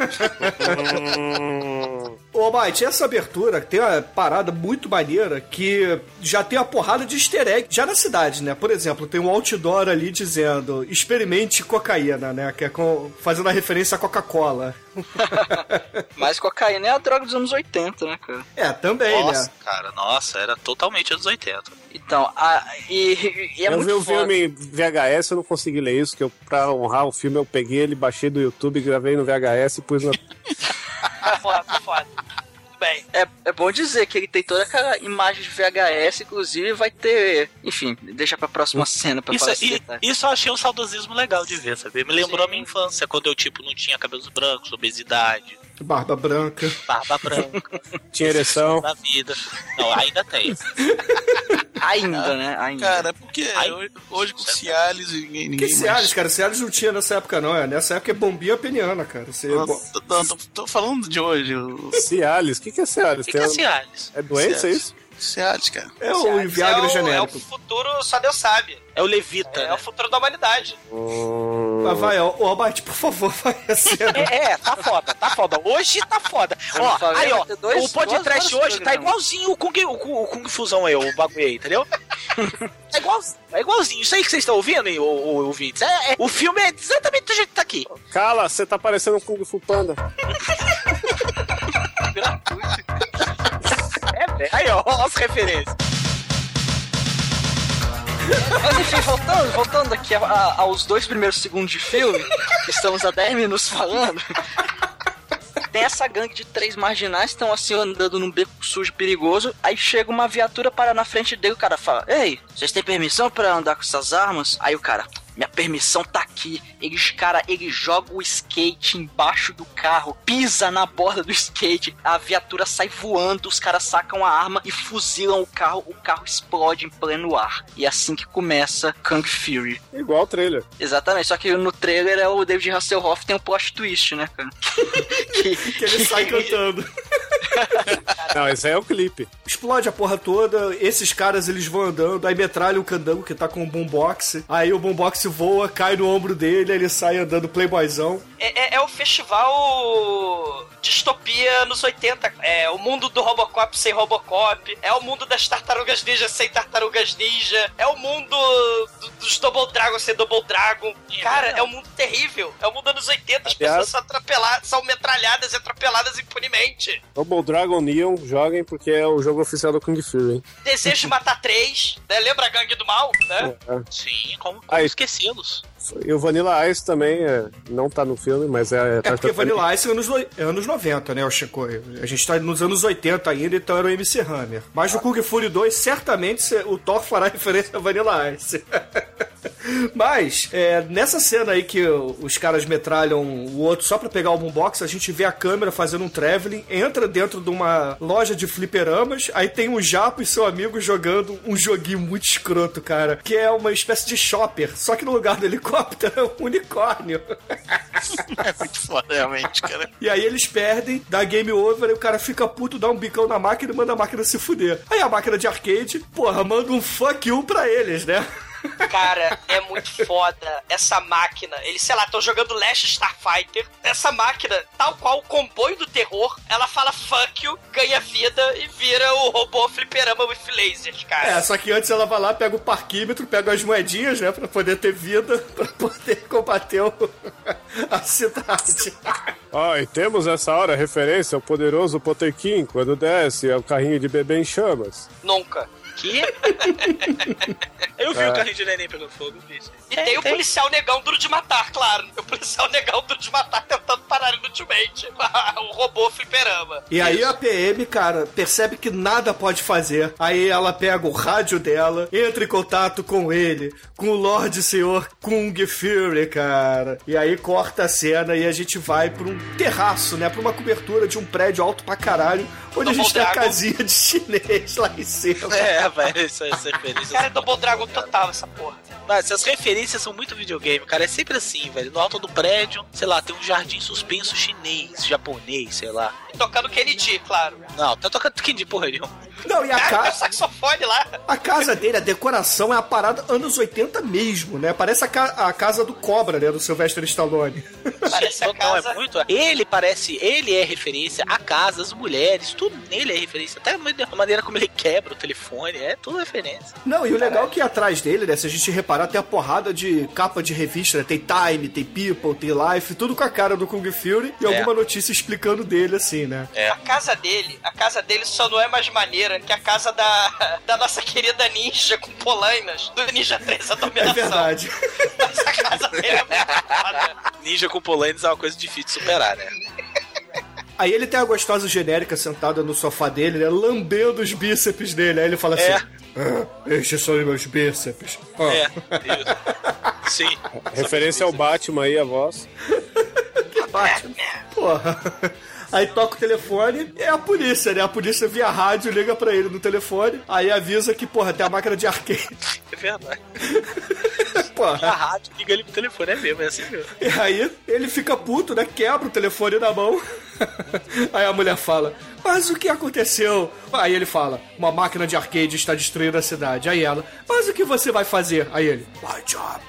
Ô, Mike, essa abertura tem uma parada muito maneira que já tem uma porrada de easter egg já na cidade, né? Por exemplo, tem um outdoor ali dizendo experimente cocaína, né? Que é fazendo a referência à Coca-Cola. Mas cocaína é a droga dos anos 80, né, cara? Também, nossa, né? Cara, nossa, era totalmente anos 80. Então, e é eu muito vi o foda. filme VHS, eu não consegui ler isso, que eu, pra honrar o filme, eu peguei ele, baixei do YouTube, gravei no VHS e pus na... Foda. bem. É bom dizer que ele tem toda aquela imagem de VHS, inclusive vai ter... Enfim, deixa pra próxima cena pra falar esse detalhe. Isso eu achei um saudosismo legal de ver, sabe? Me lembrou a minha infância, quando eu, tipo, não tinha cabelos brancos, obesidade. Barba branca. Barba branca. Tinha ereção. Da vida. Não, ainda tem. Ainda, né? Ainda. Cara, porque hoje com Cialis ninguém Que Cialis, cara? Cialis não tinha nessa época, não. Nessa época é bombinha peniana, cara. Você... Tô falando de hoje. Cialis? O que é Cialis? O que é Cialis? É doença, é isso? Cialis, cara. É o Viagra genérico. É o futuro, só Deus sabe. É o Levita, É o futuro da humanidade. Mas vai, Albert, por favor, vai a cena. Tá foda. Hoje tá foda. Ó, aí, ó, o podcast hoje tá igualzinho o Kung Fusão aí, o bagulho aí, entendeu? É igualzinho. Isso aí que vocês estão ouvindo, o ouvintes. O filme é exatamente do jeito que tá aqui. Cala, você tá parecendo um Kung Fu Panda. Aí, ó, as referências. Mas enfim, voltando aqui aos 2 primeiros segundos de filme, que estamos há 10 minutos falando. Tem essa gangue de 3 marginais que estão assim andando num beco sujo perigoso. Aí chega uma viatura, para na frente dele, o cara fala: ei, vocês têm permissão pra andar com essas armas? Aí o cara: minha permissão tá aqui. Ele joga o skate embaixo do carro, pisa na borda do skate, a viatura sai voando, os caras sacam a arma e fuzilam o carro explode em pleno ar. E é assim que começa Kung Fury. Igual o trailer. Exatamente, só que no trailer é o David Hasselhoff tem um plot twist, né, cara? Que ele sai cantando. Não, esse aí é o clipe. Explode a porra toda, esses caras eles vão andando, aí metralha o candango que tá com o boombox, aí o boombox voa, cai no ombro dele, aí ele sai andando playboyzão. É o festival distopia nos 80. É o mundo do Robocop sem Robocop, é o mundo das tartarugas ninja sem tartarugas ninja, é o mundo dos Double Dragon sem Double Dragon. Cara, é um mundo terrível. É o mundo dos 80, as pessoas são metralhadas e atropeladas impunemente. Double Dragon Neon, joguem porque é o jogo oficial do Kung Fury, hein? Desejo de Matar 3, né? Lembra a Gangue do Mal, né? Sim, como Aí. esquecê-los? E o Vanilla Ice também não tá no filme, mas é porque Vanilla Ice é anos 90, né, o Chico? A gente tá nos anos 80 ainda, então era o MC Hammer. Mas no Kung Fury 2, certamente o Thor fará referência a Vanilla Ice. Mas, nessa cena aí que os caras metralham o outro só pra pegar o boombox, a gente vê a câmera fazendo um traveling, entra dentro de uma loja de fliperamas, aí tem um Japo e seu amigo jogando um joguinho muito escroto, cara, que é uma espécie de shopper, só que no lugar do helicóptero é um unicórnio. É muito foda, realmente, cara. E aí eles perdem, dá game over, e o cara fica puto, dá um bicão na máquina e manda a máquina se fuder. Aí a máquina de arcade, porra, manda um fuck you pra eles, né? Cara, é muito foda essa máquina. Eles, sei lá, estão jogando Last Starfighter. Essa máquina, tal qual o comboio do terror, ela fala fuck you, ganha vida e vira o robô fliperama with lasers, cara. Só que antes ela vai lá, pega o parquímetro, pega as moedinhas, né, pra poder ter vida, pra poder combater a cidade. E temos essa hora referência ao poderoso Potemkin, quando desce o carrinho de bebê em chamas. Nunca. Que? Eu vi o carrinho de neném pegando fogo, bicho. E tem o policial negão duro de matar, claro. O policial negão duro de matar tentando parar ele no Ultimate. O robô fliperama. E aí a PM, cara, percebe que nada pode fazer. Aí ela pega o rádio dela, entra em contato com ele, com o Lorde Senhor Kung Fury, cara. E aí corta a cena e a gente vai pra um terraço, né? Pra uma cobertura de um prédio alto pra caralho, onde a gente tem a casinha de chinês lá em cima. Velho, essas referências. Cara, é Double Dragon total essa porra. Mas essas referências são muito videogame, cara. É sempre assim, velho. No alto do prédio, sei lá, tem um jardim suspenso chinês, japonês, sei lá. Tocando Kennedy, claro. Não, tá tocando Kennedy porra nenhuma. Não, e a casa. Saxofone lá. A casa dele, a decoração é a parada anos 80 mesmo, né? Parece a casa do Cobra, né? Do Sylvester Stallone. Parece a casa. Não, é muito. Ele é referência, a casa, as mulheres, tudo nele é referência. Até a maneira como ele quebra o telefone, é tudo referência. Não, e o legal é que atrás dele, né? Se a gente reparar, tem a porrada de capa de revista, né? Tem Time, tem People, tem Life, tudo com a cara do Kung Fury e alguma notícia explicando dele, assim, né? A casa dele só não é mais maneira que a casa da nossa querida ninja com polainas do Ninja 3 a Dominação. É verdade. Essa casa dele é muito foda. Ninja com polainas é uma coisa difícil de superar, né? Aí ele tem a gostosa genérica sentada no sofá dele, né? Lambendo os bíceps dele. Aí ele fala assim: estes são os meus bíceps. Isso. Sim. Referência ao Batman aí, a voz. Que Batman? Porra. Aí toca o telefone, é a polícia, né? A polícia via rádio liga pra ele no telefone, aí avisa que, porra, tem a máquina de arcade. É verdade. Porra. A rádio liga ele pro telefone, é mesmo, é assim mesmo. E aí ele fica puto, né? Quebra o telefone na mão. Aí a mulher fala: mas o que aconteceu? Aí ele fala: uma máquina de arcade está destruindo a cidade. Aí ela: mas o que você vai fazer? Aí ele: my job.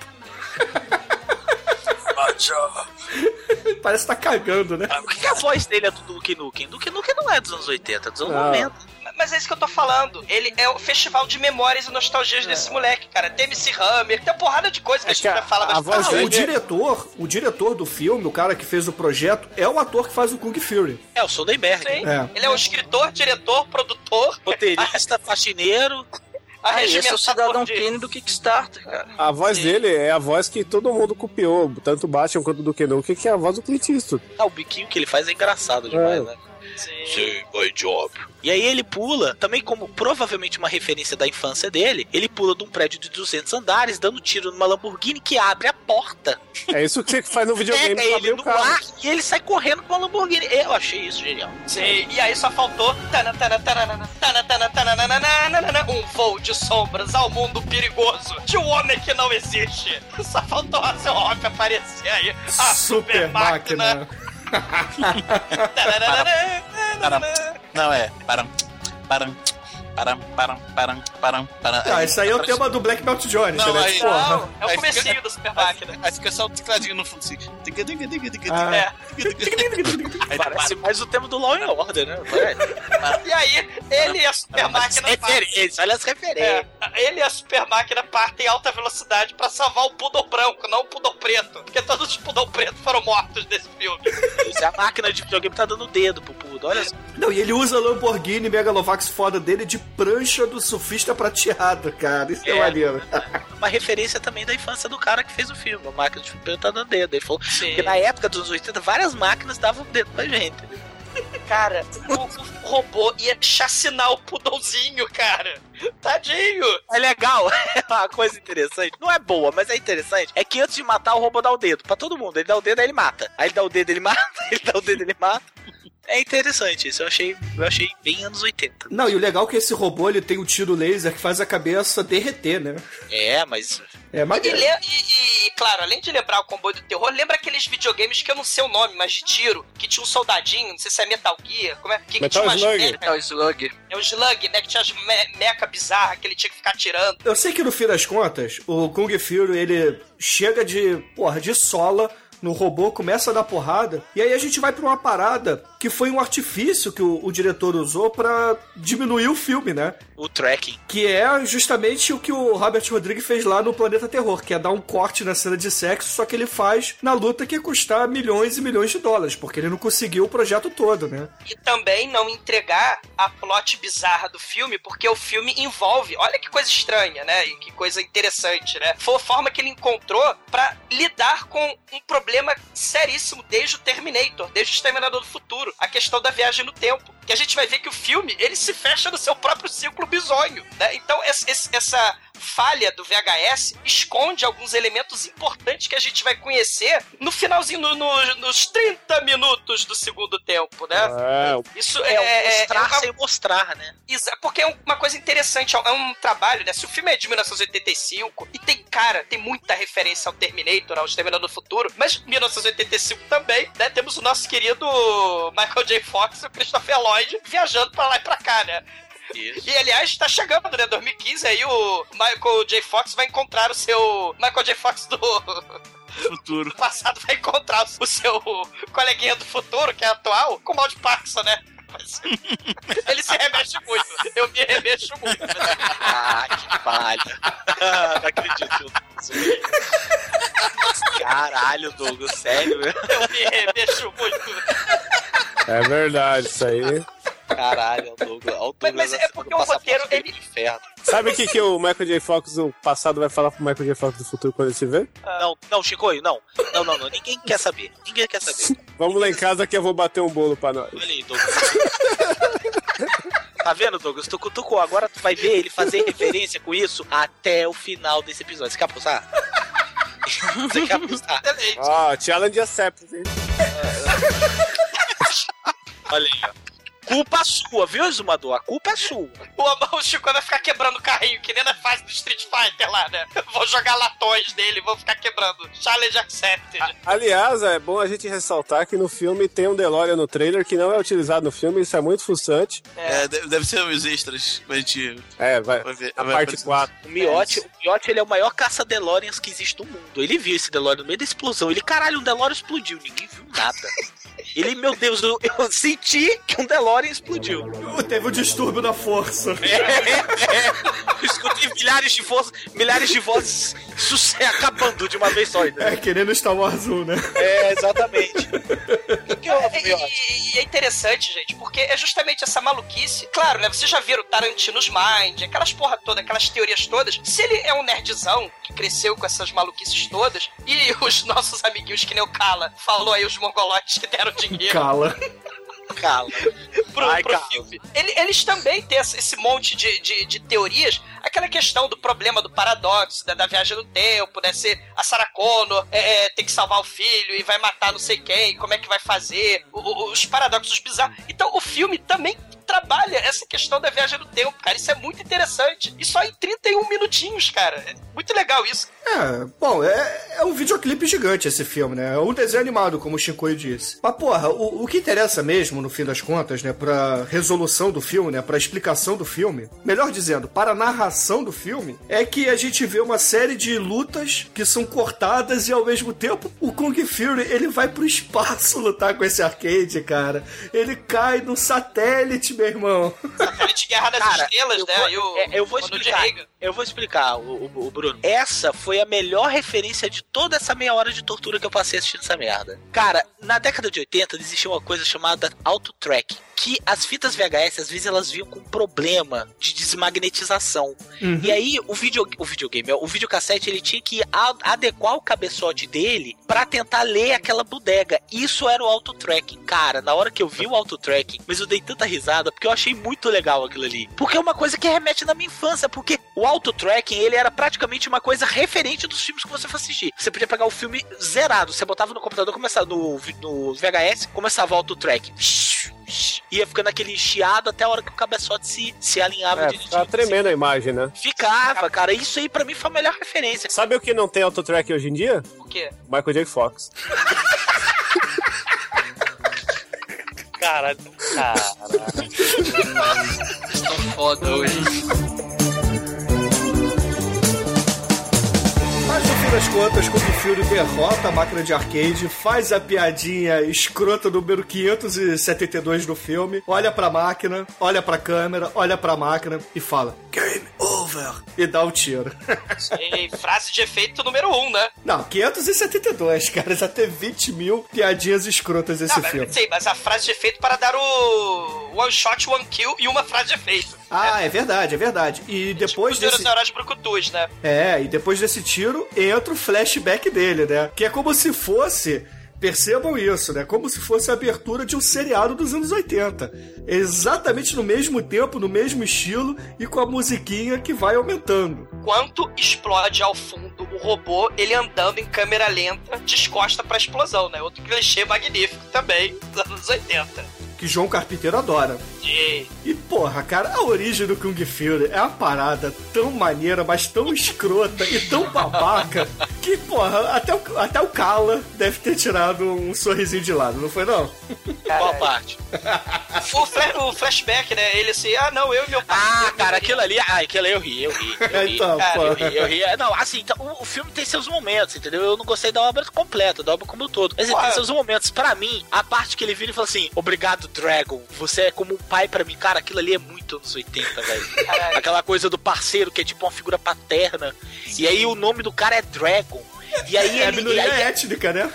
My job. Parece que tá cagando, né? Por que a voz dele é do Duke Nukem? Duke Nukem não é dos anos 80, é dos anos 90. Mas é isso que eu tô falando. Ele é o festival de memórias e nostalgias desse moleque, cara. Tem MC Hammer, tem uma porrada de coisa que a gente vai falar bastante. O diretor do filme, o cara que fez o projeto, é o ator que faz o Kung Fury. É o Soderbergh. Sim. Ele é o escritor, diretor, produtor, roteirista, faxineiro. Esse é o Cidadão Kane do Kickstarter, cara. A voz dele é a voz que todo mundo copiou, tanto o Batman quanto o Duke Nukem, que é a voz do Clint Eastwood. O biquinho que ele faz é engraçado demais, né? Sim, my job. E aí ele pula, também como provavelmente uma referência da infância dele, ele pula de um prédio de 200 andares, dando tiro numa Lamborghini que abre a porta. É isso que você faz no videogame. Pega ele no ar e ele sai correndo com a Lamborghini. Eu achei isso genial. Sim, e aí só faltou um voo de sombras ao mundo perigoso de um homem que não existe. Só faltou a seu Rock aparecer aí. A super máquina. Não, é. Isso aí é o tema do Black Belt Jones, não, né? Aí, não, é o comecinho da super máquina. Aí fica só o tecladinho no fundo assim. Parece mais o tema do Law and Order, né? E aí, ele e a super máquina olha as referências. Ele e a super máquina partem em alta velocidade pra salvar o Poodle branco, não o Poodle preto. Porque todos os Poodle pretos foram mortos nesse filme. A máquina de videogame tá dando dedo pro Poodle, olha só. Não, e ele usa a Lamborghini Megalovax foda dele de prancha do surfista prateado, cara. Isso é maneiro. Uma referência também da infância do cara que fez o filme. A máquina de videogame tá dando dedo. Ele falou que na época dos anos 80, várias máquinas davam dedo pra gente. Cara, o robô ia chacinar o Poodlezinho, cara. Tadinho. É legal. É uma coisa interessante. Não é boa, mas é interessante. É que antes de matar, o robô dá o dedo pra todo mundo. Ele dá o dedo, aí ele mata. Aí ele dá o dedo, ele mata. Ele dá o dedo, ele mata. É interessante isso, eu achei bem anos 80. Não, e o legal é que esse robô, ele tem um tiro laser que faz a cabeça derreter, né? É, mas... É maneiro. E, claro, além de lembrar o Comboio do Terror, lembra aqueles videogames que eu não sei o nome, mas de tiro, que tinha um soldadinho, não sei se é Metal Gear, como é? Que Metal tinha Slug. É o Slug. É o Slug, né? Que tinha as meca bizarra que ele tinha que ficar tirando. Eu sei que no fim das contas, o Kung Fury, ele chega de sola no robô, começa a dar porrada, e aí a gente vai pra uma parada que foi um artifício que o diretor usou pra diminuir o filme, né? O tracking. Que é justamente o que o Robert Rodrigues fez lá no Planeta Terror, que é dar um corte na cena de sexo, só que ele faz na luta que ia custar milhões e milhões de dólares, porque ele não conseguiu o projeto todo, né? E também não entregar a plot bizarra do filme, porque o filme envolve, olha que coisa estranha, né? E que coisa interessante, né? Foi a forma que ele encontrou pra lidar com um problema seríssimo desde o Terminator, desde o Exterminador do Futuro, a questão da viagem no tempo. Que a gente vai ver que o filme, ele se fecha no seu próprio ciclo bizonho, né? Então essa falha do VHS esconde alguns elementos importantes que a gente vai conhecer no finalzinho, nos 30 minutos do segundo tempo, né? Isso mostrar sem mostrar, né? Porque é uma coisa interessante, é um trabalho, né? Se o filme é de 1985 e tem muita referência ao Terminator, ao Exterminador do Futuro, mas 1985 também, né? Temos o nosso querido Michael J. Fox e o Christopher Lloyd viajando pra lá e pra cá, né? Isso. E aliás, tá chegando, né? 2015, aí o Michael J. Fox vai encontrar o seu... Michael J. Fox do futuro passado vai encontrar o seu coleguinha do futuro, que é atual, com o mal de Parkinson, né? Mas ele se remexe muito. Eu me remexo muito. Que palha. Não acredito. Caralho, Douglas, sério? Eu me remexo muito. É verdade, isso aí. Caralho, o Douglas. Mas é porque o roteiro, ele... Inferno. Sabe o que o Michael J. Fox do passado vai falar pro Michael J. Fox do futuro quando ele se vê? Não, Chicoio, não. Ninguém quer saber. Vamos lá em casa que eu vou bater um bolo pra nós. Olha aí, Douglas. Tá vendo, Douglas? Tu cutucou. Agora tu vai ver ele fazer referência com isso até o final desse episódio. Você quer apostar? Você quer apostar? Challenge accepted, hein? Olha aí, ó. Culpa sua, viu, Exumador? A culpa é sua. O Chico vai ficar quebrando carrinho, que nem na fase do Street Fighter lá, né? Vou jogar latões dele, vou ficar quebrando. Challenge accepted. Aliás, é bom a gente ressaltar que no filme tem um DeLorean no trailer que não é utilizado no filme, isso é muito frustrante. Deve ser os extras pra gente... vai ver. A parte 4. O Miotti, ele é o maior caça-DeLoreans que existe no mundo. Ele viu esse DeLorean no meio da explosão. Ele, caralho, um DeLorean explodiu. Ninguém viu nada. Ele, meu Deus, eu senti que um DeLorean explodiu. Teve um distúrbio na força. Eu escutei milhares de vozes acabando de uma vez só. Né? Querendo Star Wars 1, né? Exatamente. E é interessante, gente, porque é justamente essa maluquice. Claro, né? Vocês já viram Tarantino's Mind, aquelas porra toda, aquelas teorias todas. Se ele é um nerdzão que cresceu com essas maluquices todas, e os nossos amiguinhos que nem o Kala falou aí, os mongolotes que deram dinheiro. Cala. Pro filme. Eles também têm esse monte de teorias. Aquela questão do problema do paradoxo, da viagem no tempo, né? Se a Sarah Connor tem que salvar o filho e vai matar não sei quem, como é que vai fazer, os paradoxos bizarros. Então o filme também trabalha essa questão da viagem no tempo, cara. Isso é muito interessante. E só em 31 minutinhos, cara. É muito legal isso. Bom, é um videoclipe gigante esse filme, né? É um desenho animado, como o Shinkoio disse. Mas, porra, o que interessa mesmo, no fim das contas, né, pra resolução do filme, né, pra explicação do filme, melhor dizendo, para a narração do filme, é que a gente vê uma série de lutas que são cortadas e, ao mesmo tempo, o Kung Fury, ele vai pro espaço lutar com esse arcade, cara. Ele cai no satélite, meu irmão. Satélite Guerra das Estrelas, né? Eu vou explicar, o Bruno. Essa foi a melhor referência de toda essa meia hora de tortura que eu passei assistindo essa merda. Cara, na década de 80 existia uma coisa chamada auto-track, que as fitas VHS, às vezes, elas vinham com problema de desmagnetização. E aí, o videocassete, ele tinha que adequar o cabeçote dele pra tentar ler aquela bodega. Isso era o auto-tracking. Cara, na hora que eu vi o auto-tracking, mas eu dei tanta risada, porque eu achei muito legal aquilo ali. Porque é uma coisa que remete na minha infância, porque o auto-tracking, ele era praticamente uma coisa referente dos filmes que você for assistir. Você podia pegar o filme zerado, você botava no computador, começava no VHS, começava o auto-tracking. Ia ficando aquele chiado até a hora que o cabeçote se alinhava direitinho. Ficava tremendo a imagem, né? Ficava, cara. Isso aí pra mim foi a melhor referência. Sabe o que não tem auto-track hoje em dia? O quê? Michael J. Fox. Caralho. Vocês tão foda hoje. Mas no fim das contas, quando o Fury derrota a máquina de arcade, faz a piadinha escrota número 572 do filme, olha pra máquina, olha pra câmera, olha pra máquina e fala Game over! E dá um tiro. E frase de efeito número 1, né? Não, 572, cara. Já teve 20 mil piadinhas escrotas esse filme. Sim, mas a frase de efeito para dar o one shot, one kill e uma frase de efeito. É verdade, é verdade. E depois tipo, desse... Heróis brucutus, né? E depois desse tiro, entra o flashback dele, né? Que é como se fosse... Percebam isso, né? Como se fosse a abertura de um seriado dos anos 80. Exatamente no mesmo tempo, no mesmo estilo e com a musiquinha que vai aumentando. Quanto explode ao fundo o robô, ele andando em câmera lenta, descosta pra explosão, né? Outro clichê magnífico também dos anos 80. Que João Carpinteiro adora. E porra, cara, a origem do Kung Fury é uma parada tão maneira, mas tão escrota e tão babaca que, porra, até o Kala deve ter tirado um sorrisinho de lado, não foi não? Qual parte? O flashback, né? Ele assim, não, eu e meu pai. Cara, aquilo ali eu ri. Então, eu ri. Não, assim, então, o filme tem seus momentos, entendeu? Eu não gostei da obra completa, da obra como um todo. Mas ele tem seus momentos. Pra mim, a parte que ele vira e fala assim, obrigado, Dragon, você é como um pai pra mim. Cara, aquilo ali é muito anos 80, velho. Aquela coisa do parceiro que é tipo uma figura paterna. Sim. E aí o nome do cara é Dragon. E aí É a ele... minoria e aí- étnica, né?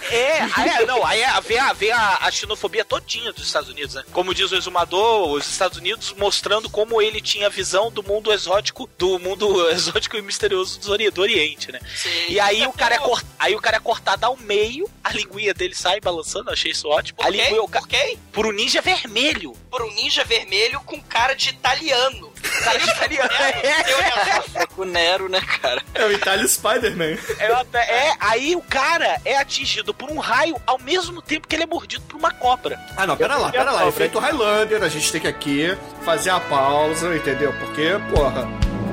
Aí vem a xenofobia todinha dos Estados Unidos, né? Como diz o exumador, os Estados Unidos mostrando como ele tinha visão do mundo exótico e misterioso do Oriente, né? Sim. E aí o cara é cortado ao meio, a linguinha dele sai balançando, eu achei isso ótimo. Por A quê? linguinha, Por quê? por um ninja vermelho. Por um ninja vermelho com cara de italiano. Cara de italiano. Com o Nero, né, cara? É o Itália Spider-Man. Aí o cara é atingido por um raio ao mesmo tempo que ele é mordido por uma cobra. Ah, não, pera lá. Enfrenta o Highlander, a gente tem que aqui fazer a pausa, entendeu? Porque, porra...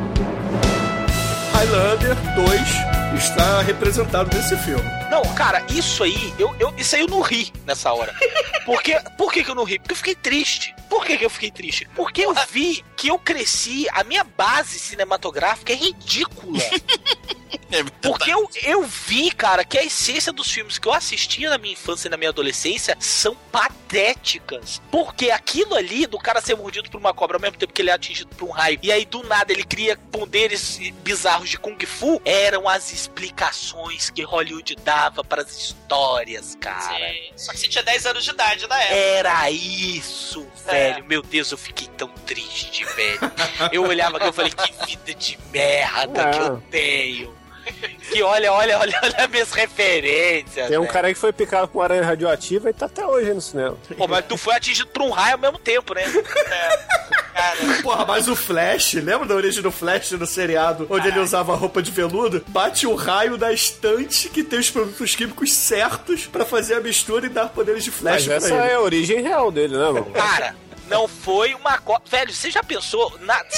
Highlander 2 está representado nesse filme. Não, cara, isso aí eu não ri nessa hora. Por que que eu não ri? Porque eu fiquei triste. Por que eu fiquei triste? Porque eu vi que eu cresci, a minha base cinematográfica é ridícula. Porque eu vi, cara, que a essência dos filmes que eu assistia na minha infância e na minha adolescência são patéticas. Porque aquilo ali, do cara ser mordido por uma cobra ao mesmo tempo que ele é atingido por um raio, e aí do nada ele cria poderes bizarros de Kung Fu, eram as explicações que Hollywood dava para as histórias, cara. Sim. Só que você tinha 10 anos de idade na época. Era isso, velho. Meu Deus, eu fiquei tão triste, velho. Eu olhava aqui e falei, que vida de merda que eu tenho. Que olha minhas referências. Tem um velho. cara aí que foi picado com aranha radioativa e tá até hoje aí no cinema. Pô, mas tu foi atingido por um raio ao mesmo tempo, né? Cara, Porra, mas o Flash, lembra da origem do Flash no seriado, onde ele usava roupa de veludo? Bate o raio da estante que tem os produtos químicos certos pra fazer a mistura e dar poderes de Flash Mas pra essa ele. é a origem real dele, né, mano? Cara, não foi uma cobra. Velho, você já pensou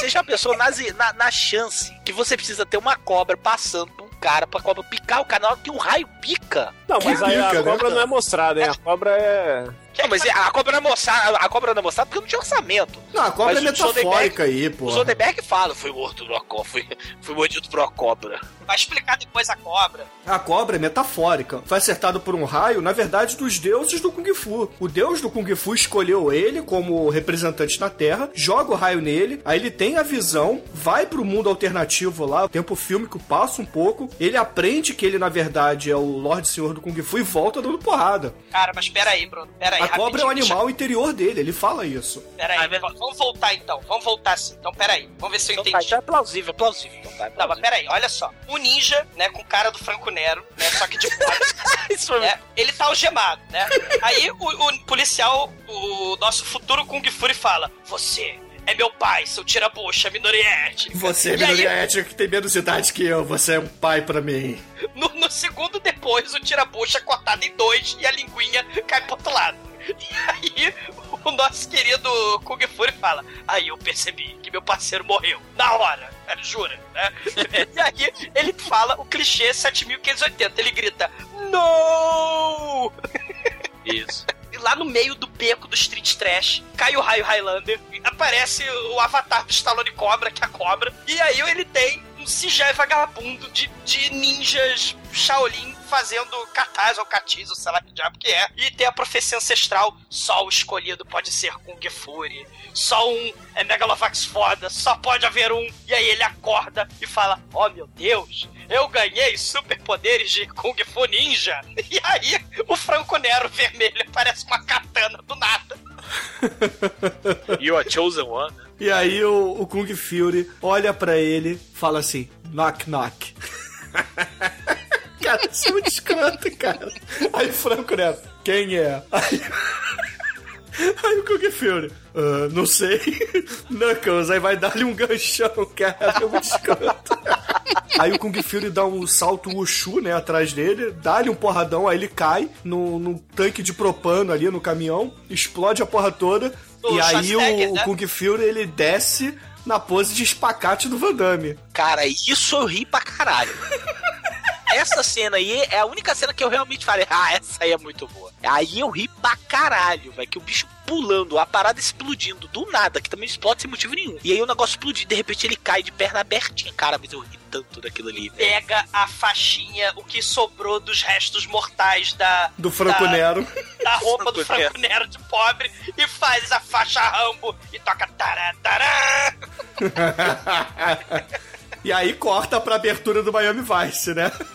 na chance que você precisa ter uma cobra passando por um cara pra cobra picar o canal que um raio pica? Não, mas aí a pica, né? cobra não é mostrada, hein? A cobra é... Não, mas a cobra não é mostrada porque não tinha orçamento. Não, a cobra Mas é o metafórica aí, O pô. Zodenberg fala, fui morto por uma cobra, fui mordido por uma cobra. vai explicar depois a cobra. A cobra é metafórica. Foi acertado por um raio, na verdade, dos deuses do Kung Fu. O deus do Kung Fu escolheu ele como representante na Terra, joga o raio nele, aí ele tem a visão, vai pro mundo alternativo lá, o tempo fílmico passa um pouco, ele aprende que ele, na verdade, é o Lorde Senhor do Kung Fu e volta dando porrada. Cara, mas peraí, Bruno. Peraí, A cobra é o rapidinho, animal interior dele, ele fala isso. Peraí, vamos voltar então. Vamos voltar sim. Então, peraí. Vamos ver se eu entendi. Então é plausível, Então tá, é Não, mas peraí, olha só. O ninja, né, com cara do Franco Nero, né, só que de fora, Isso foi né, ele tá algemado, né? Aí o policial, o nosso futuro Kung Fury fala, você é meu pai, seu tira-bucha, minoria étnica. Você é E minoria aí, étnica que tem menos idade que eu, você é um pai pra mim. no segundo depois, o tira-bucha é cortado em dois e a linguinha cai pro outro lado. E aí, o nosso querido Kung Fury fala, aí eu percebi que meu parceiro morreu. Na hora, ele jura, né? E aí, ele fala o clichê 7580, ele grita, não! Isso. E lá no meio do beco do Street Trash, cai o raio Highlander, aparece o avatar do Stallone Cobra, que é a cobra, e aí ele tem um CGI vagabundo de ninjas Shaolin fazendo cartaz ou catiz, ou sei lá que diabo que é, e tem a profecia ancestral, só o escolhido pode ser Kung Fury, só um é Megalovax foda, só pode haver um, e aí ele acorda e fala, oh meu Deus, eu ganhei superpoderes de Kung Fu Ninja, e aí o Franco Nero vermelho parece uma katana do nada. You are chosen one. E aí o Kung Fury olha pra ele, fala assim, knock knock. Cara, isso é muito escroto, cara. Aí o Franco Nero, quem é? Aí o Kung Fury, não sei. Knuckles, aí vai dar-lhe um ganchão, cara. É muito escroto. Aí o Kung Fury dá um salto Wushu, né, atrás dele, dá-lhe um porradão, aí ele cai num tanque de propano ali no caminhão, explode a porra toda, e aí o Kung Fury, ele desce na pose de espacate do Van Damme. Cara, isso eu ri pra caralho. Essa cena aí é a única cena que eu realmente falei, essa aí é muito boa. Aí eu ri pra caralho, velho, que o bicho pulando, a parada explodindo do nada, que também explode sem motivo nenhum. E aí o negócio explode, de repente ele cai de perna abertinha. Cara, mas eu ri tanto daquilo ali, velho. Pega a faixinha, o que sobrou dos restos mortais do Franco Nero. Da roupa do Franco Nero de pobre e faz a faixa Rambo e toca tará, tará. E aí corta pra abertura do Miami Vice, né?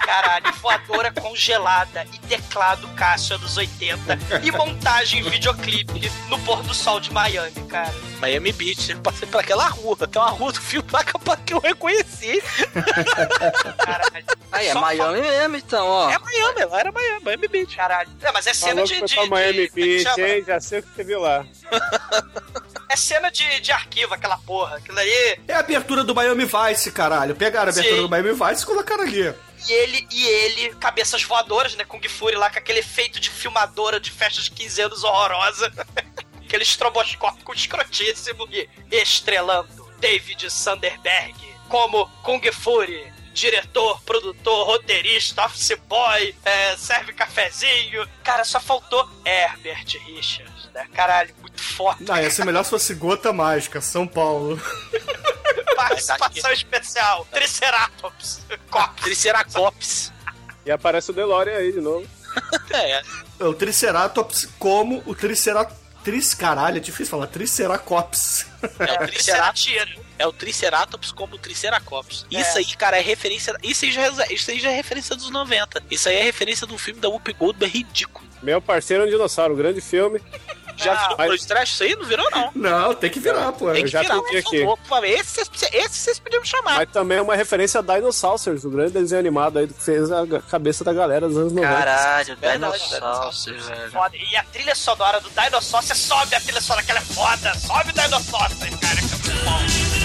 Caralho, voadora congelada e teclado Cássio anos 80 e montagem em videoclipe no pôr do sol de Miami, cara. Miami Beach, eu passei por aquela rua. Tem uma rua do filme lá que eu reconheci. Caralho. Aí, é Miami mesmo, então, ó. É Miami, lá era Miami Beach. Caralho. É, mas é cena Falou que foi pra Miami Beach, hein? Já sei o que você viu lá. É cena de arquivo, aquela porra. Aquilo aí. É a abertura do Miami Vice, caralho. Pegaram a abertura do Miami Vice e colocaram ali. E ele, cabeças voadoras, né? Kung Fury lá, com aquele efeito de filmadora de festa de 15 anos horrorosa. Aquele estroboscópico escrotíssimo. E estrelando David Sandberg como Kung Fury. Diretor, produtor, roteirista, office boy, serve cafezinho. Cara, só faltou Herbert Richards, né? Caralho, muito forte. Não, ia ser melhor se fosse Gota Mágica, São Paulo. Participação especial, Triceratops. Triceratops. E aparece o DeLorean aí de novo. O Triceratops como o Triceratops. Caralho, é difícil falar. Triceracops. É o Triceratops. É o Triceratops como o Triceracops. Isso aí, cara, é referência. Isso aí já é referência dos 90. Isso aí é referência do filme da Whoopi Goldberg fictício. Meu parceiro é um dinossauro, um grande filme. Já virou Pro de Trash? Isso aí não virou, não. Não, tem que virar, pô. Tem que já virar, pedi aqui. por favor. Esse vocês podiam me chamar. Mas também é uma referência a Dinosaurs, o grande desenho animado aí que fez a cabeça da galera dos anos 90. Caralho, Verdade, Dinosaurs, velho. Foda. E a trilha sonora do Dinosaur, você sobe a trilha sonora, que ela é foda. Sobe o Dinosaur, cara, que é muito bom.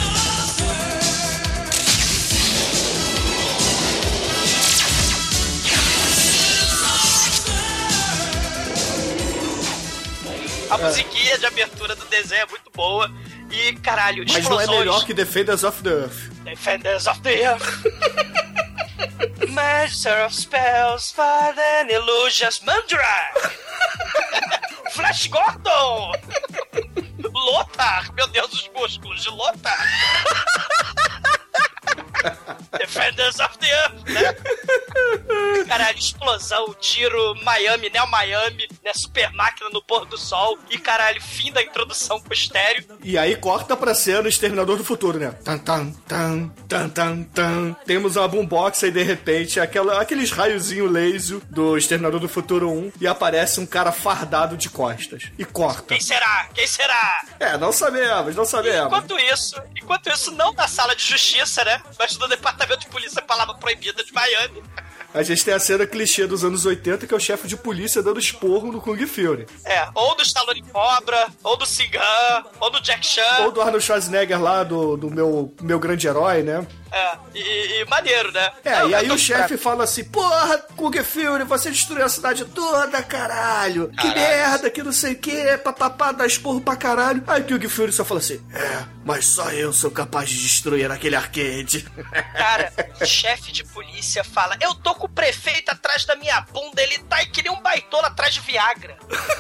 A musiquinha de abertura do desenho é muito boa. E, caralho, mas explosões. não é melhor que Defenders of the Earth. Defenders of the Earth. Master of Spells, Father and Illusions, Mandra. Flash Gordon. Lothar. Meu Deus, os músculos de Lothar. Defenders of the Earth, né? Caralho, explosão, tiro, Miami, Neo Miami, né? Super máquina no pôr do sol. E caralho, fim da introdução pro estéreo. E aí corta pra cena Exterminador do Futuro, né? Tan, tan, tan, tan, tan, tan. Temos uma boombox e de repente aqueles raiozinho laser do Exterminador do Futuro 1 e aparece um cara fardado de costas. E corta. Quem será? Quem será? Não sabemos. Enquanto isso, não na sala de justiça, né? Mas no departamento de polícia, palavra proibida de Miami. A gente tem a cena clichê dos anos 80, que é o chefe de polícia dando esporro no Kung Fury. Ou do Stallone Cobra, ou do Seagun, ou do Jack Chan. Ou do Arnold Schwarzenegger lá, do meu grande herói, né? E maneiro, né? E aí o chefe fala assim, porra, Kung Fury, você destruiu a cidade toda, caralho. Que merda, que não sei o que, papapá, dá esporro pra caralho. Aí o Kung Fury só fala assim, mas só eu sou capaz de destruir aquele arcade. Cara, o chefe de polícia fala, eu tô com o prefeito atrás da minha bunda, ele tá e que nem um baitola atrás de Viagra.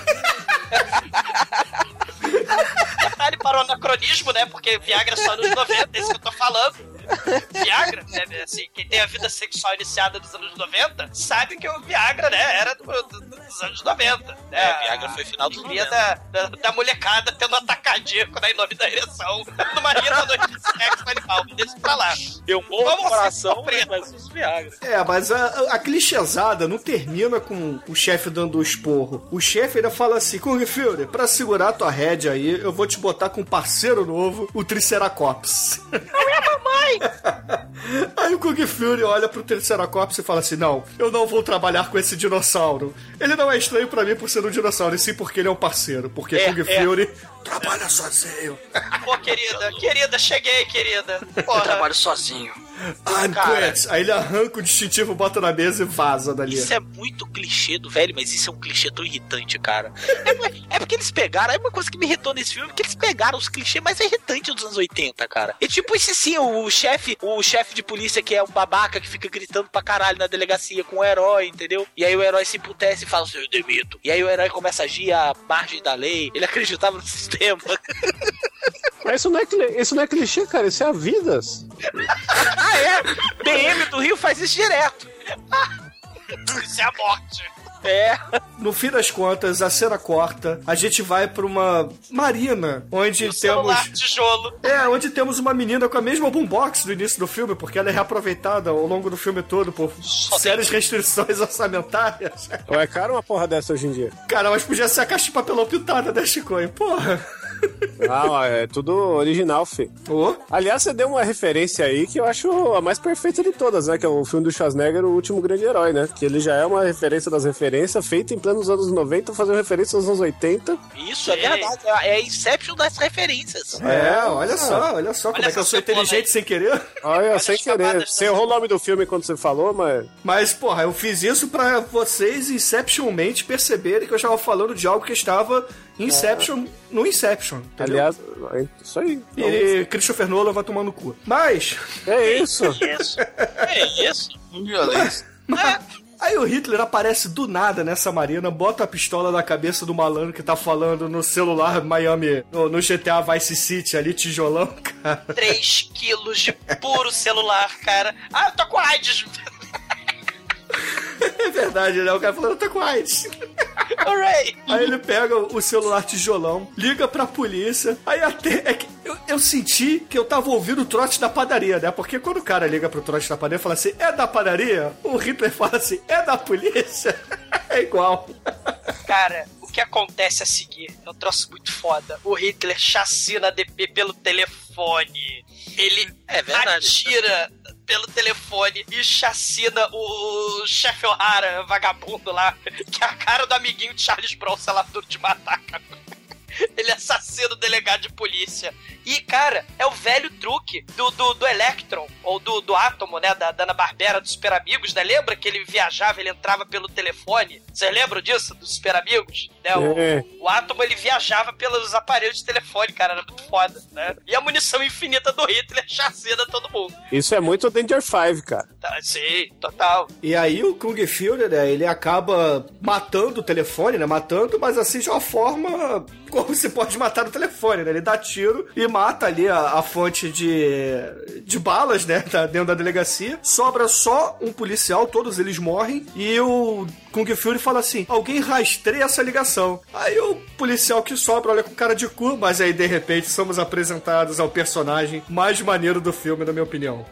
Detalhe para o anacronismo, né? Porque Viagra é só nos 90, é isso que eu tô falando. Viagra, né? Assim, quem tem a vida sexual iniciada nos anos 90 sabe que o Viagra, né, era dos anos 90. Né? Viagra foi final dos 90. Da molecada tendo um ataque cardíaco, né, em nome da ereção, numa linda noite de sexo animal. Deixa pra lá. Eu morro no coração, mas uso Viagra. Mas a clichêsada não termina com o chefe dando o esporro. O chefe ainda fala assim, Kung Fury, pra segurar tua rédea aí, eu vou te botar com um parceiro novo, o Triceratops. Não é mamãe! Aí o Kung Fury olha pro Triceratops e fala assim, não, eu não vou trabalhar com esse dinossauro. Ele não é estranho pra mim por ser um dinossauro, e sim porque ele é um parceiro. Porque Kung Fury trabalha sozinho. Pô, querida, cheguei, querida. Eu trabalho sozinho. Aí ele arranca o distintivo, bota na mesa e vaza dali. Isso é muito clichê do velho, mas isso é um clichê tão irritante, cara. É porque eles pegaram, é uma coisa que me irritou nesse filme, porque eles pegaram os clichês mais irritantes dos anos 80, cara. E tipo, esse sim, o chefe de polícia que é um babaca que fica gritando pra caralho na delegacia com o herói, entendeu? E aí o herói se emputece e fala assim, eu demito. E aí o herói começa a agir à margem da lei, ele acreditava no sistema. Mas isso não é clichê, cara, isso é a vida. BM do Rio faz isso direto. Isso é a morte. No fim das contas, a cena corta, a gente vai pra uma marina, onde temos... celular tijolo. Onde temos uma menina com a mesma boombox do início do filme, porque ela é reaproveitada ao longo do filme todo por sérias restrições orçamentárias. É caro uma porra dessa hoje em dia. Cara, mas podia ser a caixa de papelão pintada, né, Chicoio? Porra. Não, é tudo original, fi. Aliás, você deu uma referência aí que eu acho a mais perfeita de todas, né? Que é o filme do Schwarzenegger, O Último Grande Herói, né? Que ele já é uma referência das referências, feita em plenos anos 90, fazendo referência aos anos 80. Isso, é verdade. É Inception das referências. Olha só como é que eu sou inteligente sem querer. Olha, sem querer. Você errou o nome do filme quando você falou, mas... Mas, porra, eu fiz isso pra vocês, Inceptionmente, perceberem que eu estava falando de algo que estava Inception no Inception, entendeu? Aliás, isso aí. E Christopher Nolan vai tomar no cu. Mas... É isso. É isso. Violência. Aí o Hitler aparece do nada nessa marina, bota a pistola na cabeça do malandro que tá falando no celular Miami, no GTA Vice City ali, tijolão, cara. 3 quilos de puro celular, cara. Ah, eu tô com AIDS. É verdade, né? O cara falando, eu tô com AIDS. Hooray! Aí ele pega o celular tijolão, liga pra polícia. Aí até... eu senti que eu tava ouvindo o trote da padaria, né? Porque quando o cara liga pro trote da padaria e fala assim, é da padaria? O Hitler fala assim, é da polícia? É igual. Cara, o que acontece a seguir é um troço muito foda. O Hitler chacina a DP pelo telefone. Ele atira pelo telefone e chacina o chefe O'Hara, vagabundo lá, que é a cara do amiguinho de Charles Bronson lá, duro de matar, cara. Ele assassina o delegado de polícia. E, cara, é o velho truque do Electron, ou do Átomo, né, da Hanna-Barbera, dos Super Amigos, né? Lembra que ele viajava, ele entrava pelo telefone? Vocês lembram disso, dos Super Amigos? Né? O Átomo, ele viajava pelos aparelhos de telefone, cara, era muito foda, né? E a munição infinita do Hitler chacina todo mundo. Isso é muito Danger 5, cara. Tá, sim, total. E aí o Kung Fury, né, ele acaba matando o telefone, né, mas assim de uma forma como se pode matar o telefone, né? Ele dá tiro e mata ali a fonte de balas, né, dentro da delegacia. Sobra só um policial, todos eles morrem, e o Kung Fury fala assim, alguém rastreia essa ligação. Aí o policial que sobra olha com cara de cu, mas aí de repente somos apresentados ao personagem mais maneiro do filme, na minha opinião.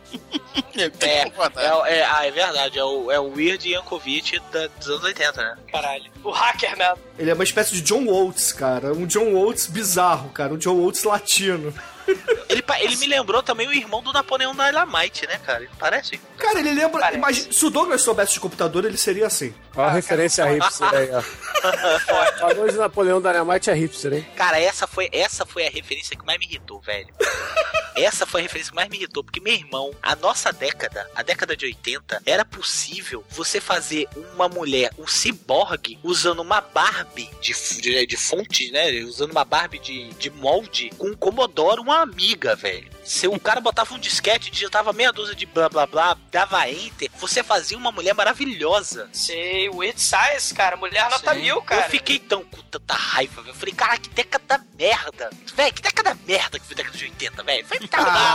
É verdade, é o Weird Yankovic dos anos 80, né? Caralho. O Hackerman. Ele é uma espécie de John Waltz, cara. Um John Waltz bizarro, cara. Um John Waltz latino. Ele me lembrou também o irmão do Napoleão Dynamite, né, cara? Ele parece. Cara, ele lembra... Imagina, se o Douglas soubesse de computador, ele seria assim. Olha a referência a hipster aí, ó. Falou de Napoleão Dynamite é hipster, hein? Cara, essa foi a referência que mais me irritou, velho. Essa foi a referência que mais me irritou, porque, meu irmão, a nossa década, a década de 80, era possível você fazer uma mulher, um ciborgue, usando uma Barbie de fonte, né? Usando uma Barbie de molde com um Commodore, uma amiga, velho. Se o cara botava um disquete, digitava meia dúzia de blá blá blá, dava enter, você fazia uma mulher maravilhosa. Sei, Weird Science, cara, mulher nota 1000, cara. Eu fiquei tão com tanta raiva, velho. Eu falei, cara, que década merda. Velho, que década merda que foi década de 80, velho. Foi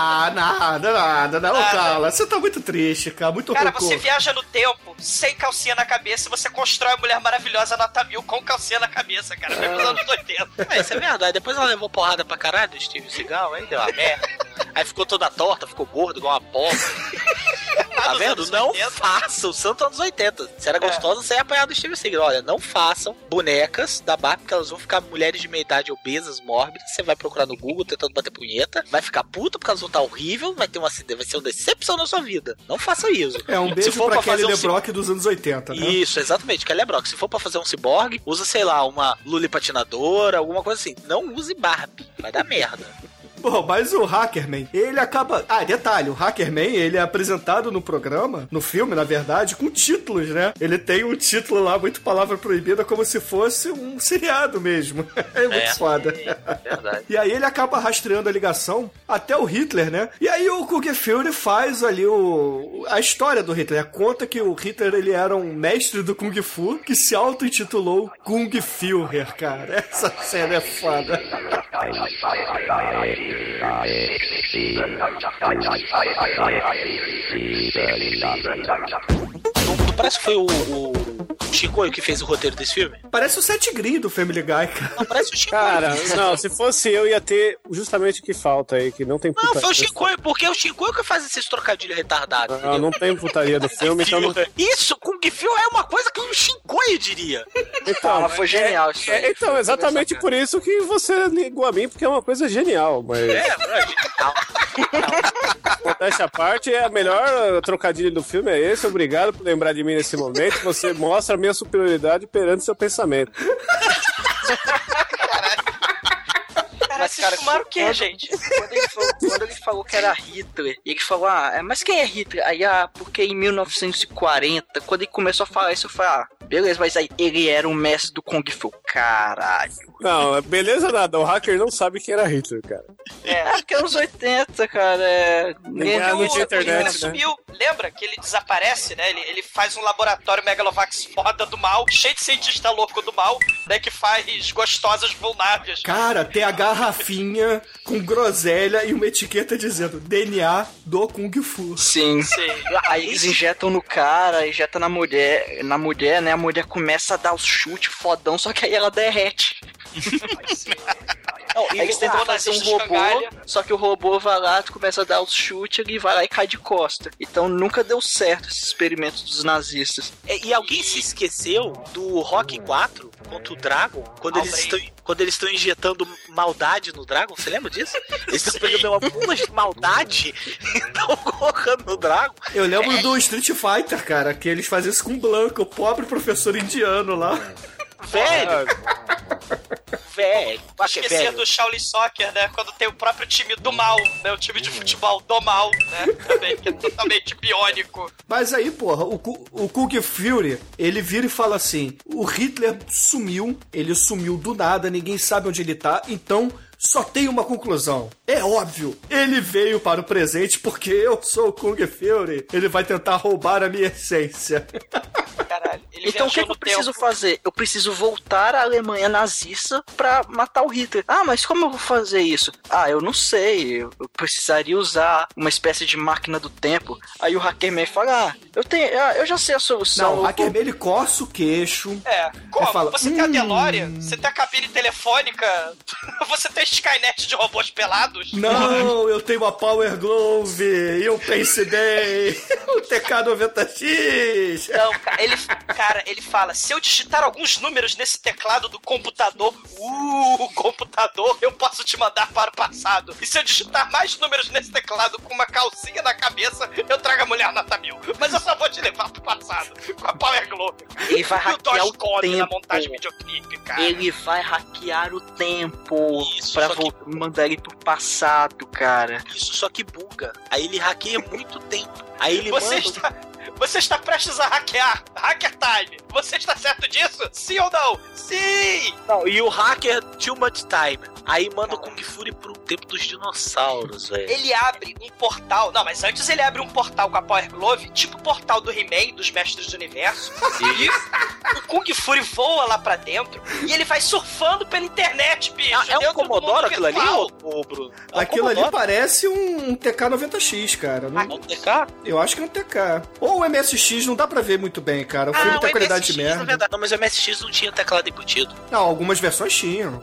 nada. Não, Carla, você tá muito triste, cara, muito Cara, você viaja no tempo, sem calcinha na cabeça, e você constrói a mulher maravilhosa nota 1000 com calcinha na cabeça, cara. Foi nos anos 80. Isso é verdade. Depois ela levou porrada pra caralho do Steve Seagal, aí deu uma merda. Aí ficou toda torta, ficou gordo, igual uma porra. Tá vendo? Não façam, santo anos 80. Se era gostosa, você ia apanhar do Steve Seagal. Olha, não façam bonecas da Barbie, porque elas vão ficar mulheres de meia idade obesas, mórbidas. Você vai procurar no Google tentando bater punheta, vai ficar puta porque elas vão estar horrível, vai ser uma decepção na sua vida. Não façam isso. É um beijo pra Kelly LeBrock dos anos 80, né? Isso, exatamente, Kelly LeBrock. Se for pra fazer um ciborgue, usa, sei lá, uma Lully patinadora, alguma coisa assim. Não use Barbie, vai dar merda. Bom, mas o Hackerman, ele acaba... Ah, detalhe, o Hackerman, ele é apresentado no programa, no filme, na verdade, com títulos, né? Ele tem um título lá, muito palavra proibida, como se fosse um seriado mesmo. É muito foda. É verdade. E aí ele acaba rastreando a ligação até o Hitler, né? E aí o Kung Fury faz ali a história do Hitler. Conta que o Hitler, ele era um mestre do Kung Fu, que se auto-intitulou Kung Führer, cara. Essa cena é foda. Não parece que foi o O Chicoio que fez o roteiro desse filme? Parece o Seth Green do Family Guy, cara. Não, parece o Chicoio. Cara, não, se fosse eu, ia ter justamente o que falta aí, que não tem Não, putaria. foi o Chicoio, porque é o Chicoio que faz esses trocadilhos retardados. Não tem putaria do filme, então não... Isso, Kung Fu é uma coisa que o Chicoio diria. Então, foi genial isso aí. então, exatamente por isso que você ligou a mim, porque é uma coisa genial, mas... genial. Modéstia à parte, a melhor trocadilho do filme é esse. Obrigado por lembrar de mim nesse momento. Você mostra a minha superioridade perante seu pensamento. Mas, cara, fumaram o quê, gente? Quando ele falou que era Hitler, ele falou, mas quem é Hitler? Aí, porque em 1940, quando ele começou a falar isso, eu falei, beleza, mas aí ele era um mestre do Kung Fu, caralho. Não, beleza nada, o hacker não sabe quem era Hitler, cara. Porque é uns 80, cara, Ninguém não tinha internet, né? Sumiu. Lembra que ele desaparece, né? Ele faz um laboratório Megalovax foda do mal, cheio de cientista louco do mal, né? Que faz gostosas vulnáveis. Cara, tem a garrafinha com groselha e uma etiqueta dizendo DNA do Kung Fu. Sim. Aí eles injetam no cara, injetam na mulher, né? A mulher começa a dar os chutes fodão, só que aí ela derrete. Aí eles tentam fazer um robô, só que o robô vai lá, começa a dar os chutes, ele vai lá e cai de costa. Então nunca deu certo esse experimento dos nazistas. E alguém se esqueceu do Rock 4 contra o Dragon? Quando eles estão injetando maldade no Dragon, você lembra disso? Eles estão pegando uma bomba de maldade e estão colocando no Dragon. Eu lembro do Street Fighter, cara, que eles faziam isso com o Blanco, o pobre professor indiano lá. Velho! Esquecer do Shaolin Soccer, né? Quando tem o próprio time do mal, né? O time de futebol do mal, né? Também, que é totalmente biônico. Mas aí, porra, o Kung Fury, ele vira e fala assim, o Hitler sumiu, ele sumiu do nada, ninguém sabe onde ele tá, então... Só tem uma conclusão. É óbvio. Ele veio para o presente porque eu sou o Kung Fury. Ele vai tentar roubar a minha essência. Caralho. Então o que eu preciso fazer? Eu preciso voltar à Alemanha nazista pra matar o Hitler. Mas como eu vou fazer isso? Eu não sei. Eu precisaria usar uma espécie de máquina do tempo. Aí o Hackerman fala, eu já sei a solução. Não, o Hackerman ele coça o queixo. Como? Fala, você tem a DeLorean? Você tem a cabine telefônica? Você tem Skynet de robôs pelados? Não, eu tenho uma Power Glove. Eu pensei bem. O TK-90X. Não, ele fala, se eu digitar alguns números nesse teclado do computador, eu posso te mandar para o passado. E se eu digitar mais números nesse teclado com uma calcinha na cabeça, eu trago a mulher nota 1000. Mas eu só vou te levar pro passado com a Power Glove. Ele vai hackear o tempo. Na montagem videoclipe, cara. Ele vai hackear o tempo. Isso, pra mandar ele pro passado, cara. Isso, só que buga. Aí ele hackeia muito tempo. Aí ele Você está prestes a hackear. Hacker time. Você está certo disso? Sim ou não? Sim! Não, e o hacker too much time. Aí manda o Kung Fury pro tempo dos dinossauros, velho. Ele abre um portal. Não, mas antes ele abre um portal com a Power Glove, tipo o portal do He-Man, dos Mestres do Universo. E o Kung Fury voa lá pra dentro e ele vai surfando pela internet, bicho. É um Commodore aquilo ali, ô Bruno? Aquilo ali parece um TK-90X, cara. Não... um TK? Eu acho que é um TK. Ou o MSX, não dá pra ver muito bem, cara. O filme tem qualidade de merda. Verdade. Não, mas o MSX não tinha teclado embutido. Não, algumas versões tinham.